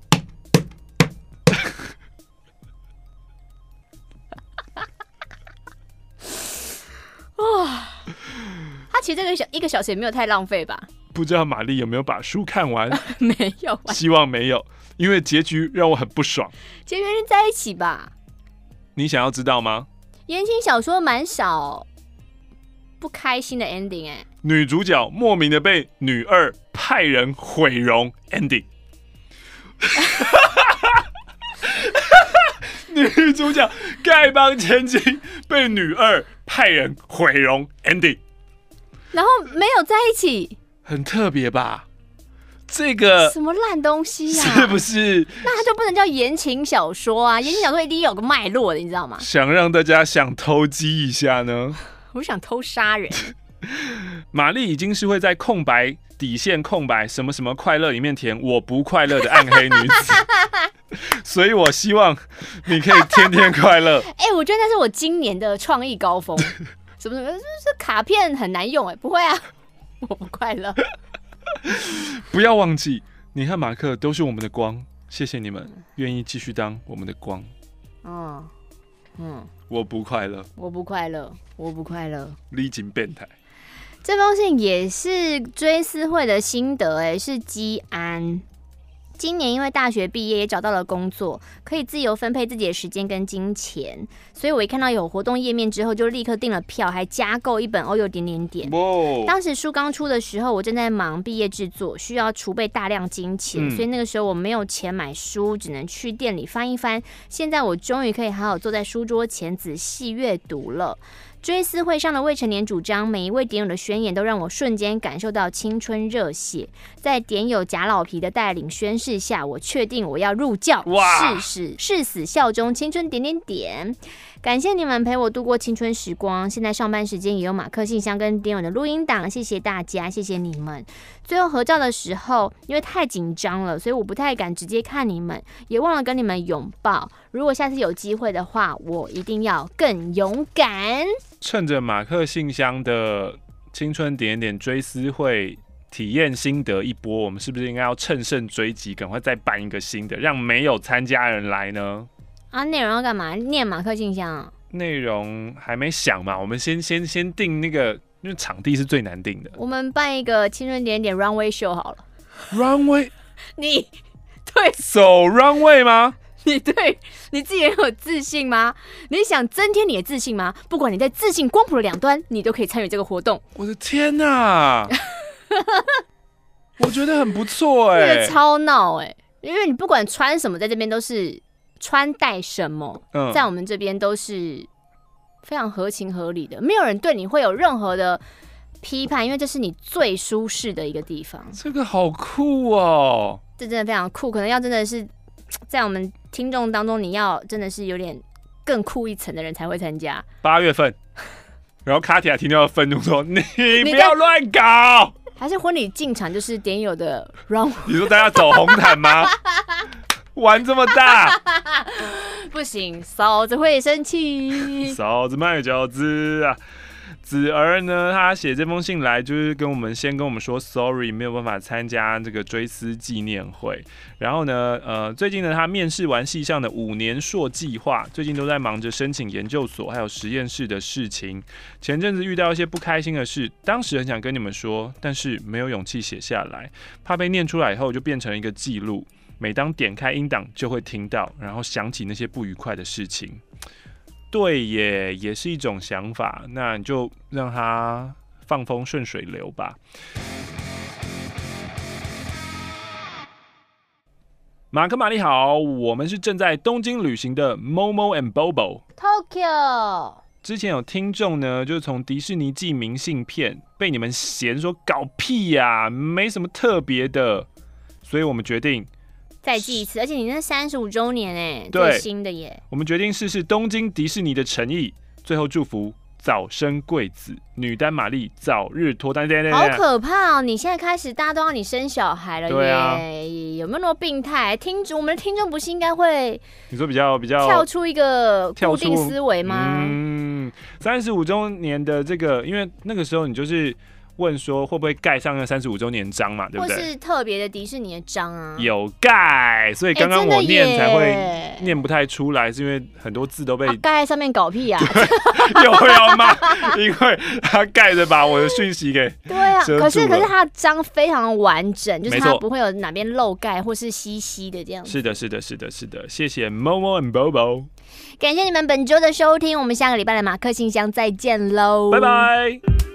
哇，他其实这个小一个小时也没有太浪费吧？ 不知道玛丽有没有把书看完？ 没有， 希望没有，因为结局让我很不爽。 结局是在一起吧？ 你想要知道吗？ 言情小说蛮少不开心的 ending 哎、欸。 女主角莫名的被女二派人毁容 ending。女主角丐帮千金被女二派人毁容 ending， 然后没有在一起， 很特别吧？这个什么烂东西呀、 啊？是不是？ 那它就不能叫言情小说啊！言情小说一定有个脉络的，你知道吗？ 想让大家想偷鸡一下呢？ 我想偷杀人。 玛丽已经是会在空白底线空白什么什么快乐里面填我不快乐的暗黑女子，所以我希望你可以天天快乐。 哎、欸，我觉得那是我今年的创意高峰。什么什么，就是卡片很难用哎、欸，不会啊，我不快乐。 不要忘记，你和马克都是我们的光，谢谢你们愿意继续当我们的光。嗯嗯，我不快乐， 我不快乐，我不快乐， 历经变态。 这封信也是追思会的心得，哎，是基安。今年因为大学毕业，也找到了工作，可以自由分配自己的时间跟金钱，所以我一看到有活动页面之后，就立刻订了票，还加购一本欧游点点点。当时书刚出的时候，我正在忙毕业制作，需要储备大量金钱，嗯、所以那个时候我没有钱买书，只能去店里翻一翻。现在我终于可以好好坐在书桌前仔细阅读了。追思会上的未成年主张，每一位点友的宣言都让我瞬间感受到青春热血。在点友贾老皮的带领宣誓下，我确定我要入教，誓死誓死效忠青春点点点。感谢你们陪我度过青春时光，现在上班时间也有马克信箱跟点友的录音档，谢谢大家，谢谢你们。最后合照的时候，因为太紧张了，所以我不太敢直接看你们，也忘了跟你们拥抱。如果下次有机会的话，我一定要更勇敢。 趁着马克信箱的青春点点追思会体验心得一波，我们是不是应该要乘胜追击，赶快再办一个新的，让没有参加人来呢？ 啊，内容要干嘛？念马克信箱啊？ 内容还没想嘛，我们先先先定那个，因为场地是最难定的。 我们办一个青春点点 runway show 好了。 runway？ 你对走 runway 吗？ 你对你自己很有自信吗？你想增添你的自信吗？不管你在自信光谱的两端，你都可以参与这个活动。 我的天哪！我觉得很不错哎、欸， 这个超闹哎、欸，因为你不管穿什么，在这边都是。穿戴什么，嗯、在我们这边都是非常合情合理的，没有人对你会有任何的批判，因为这是你最舒适的一个地方。 这个好酷哦！ 这真的非常酷，可能要真的是在我们听众当中，你要真的是有点更酷一层的人才会参加。 八月份，然后卡提亚听到愤怒说：“你不要乱搞！” 还是婚礼进场就是点友的 run？ 你说大家走红毯吗？玩这么大不行，嫂子会生气。 嫂子卖饺子啊！子儿呢，他写这封信来就是跟我们先跟我们说 sorry， 没有办法参加这个追思纪念会。然后呢，呃，最近呢，他面试完系上的五年硕计划，最近都在忙着申请研究所还有实验室的事情。前阵子遇到一些不开心的事，当时很想跟你们说，但是没有勇气写下来，怕被念出来以后就变成一个记录。每当点开音档就会听到，然后想起那些不愉快的事情。对耶，也是一种想法，那你就让它放风顺水流吧。马克玛丽好，我们是正在东京旅行的 Momo and Bobo Tokyo。 之前有听众呢，就是从迪士尼寄明信片，被你们嫌说搞屁呀、啊，没什么特别的，所以我们决定。 再寄一次，而且你那三十五周年哎，最新的耶！ 我们决定试试东京迪士尼的诚意，最后祝福早生贵子，女单玛丽早日脱单。 好可怕哦！你现在开始，大家都让你生小孩了耶！ 对啊， 有没有那么病态？听我们的听众不是应该会你说比较比较跳出一个固定思维吗？ 嗯，三十五周年的这个，因为那个时候你就是。问说会不会盖上那三十五周年章嘛，对不对？ 或是特别的迪士尼的章啊？ 有盖，所以刚刚我念才会念不太出来，是因为很多字都被盖在上面搞屁啊！ 有有吗？因为他盖着把我的讯息给对啊，可是可是它的章非常完整，就是它不会有哪边漏盖或是稀稀的这样子。 是的，是的，是的，是的，谢谢 Momo and Bobo， 感谢你们本周的收听，我们下个礼拜的马克信箱再见喽， 拜拜。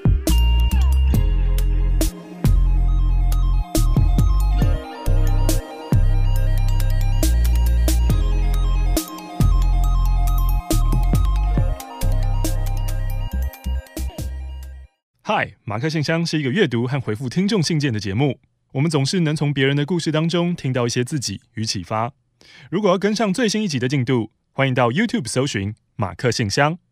嗨，马克信箱是一个阅读和回复听众信件的节目。我们总是能从别人的故事当中听到一些自己与启发。如果要跟上最新一集的进度，欢迎到 YouTube 搜寻马克信箱。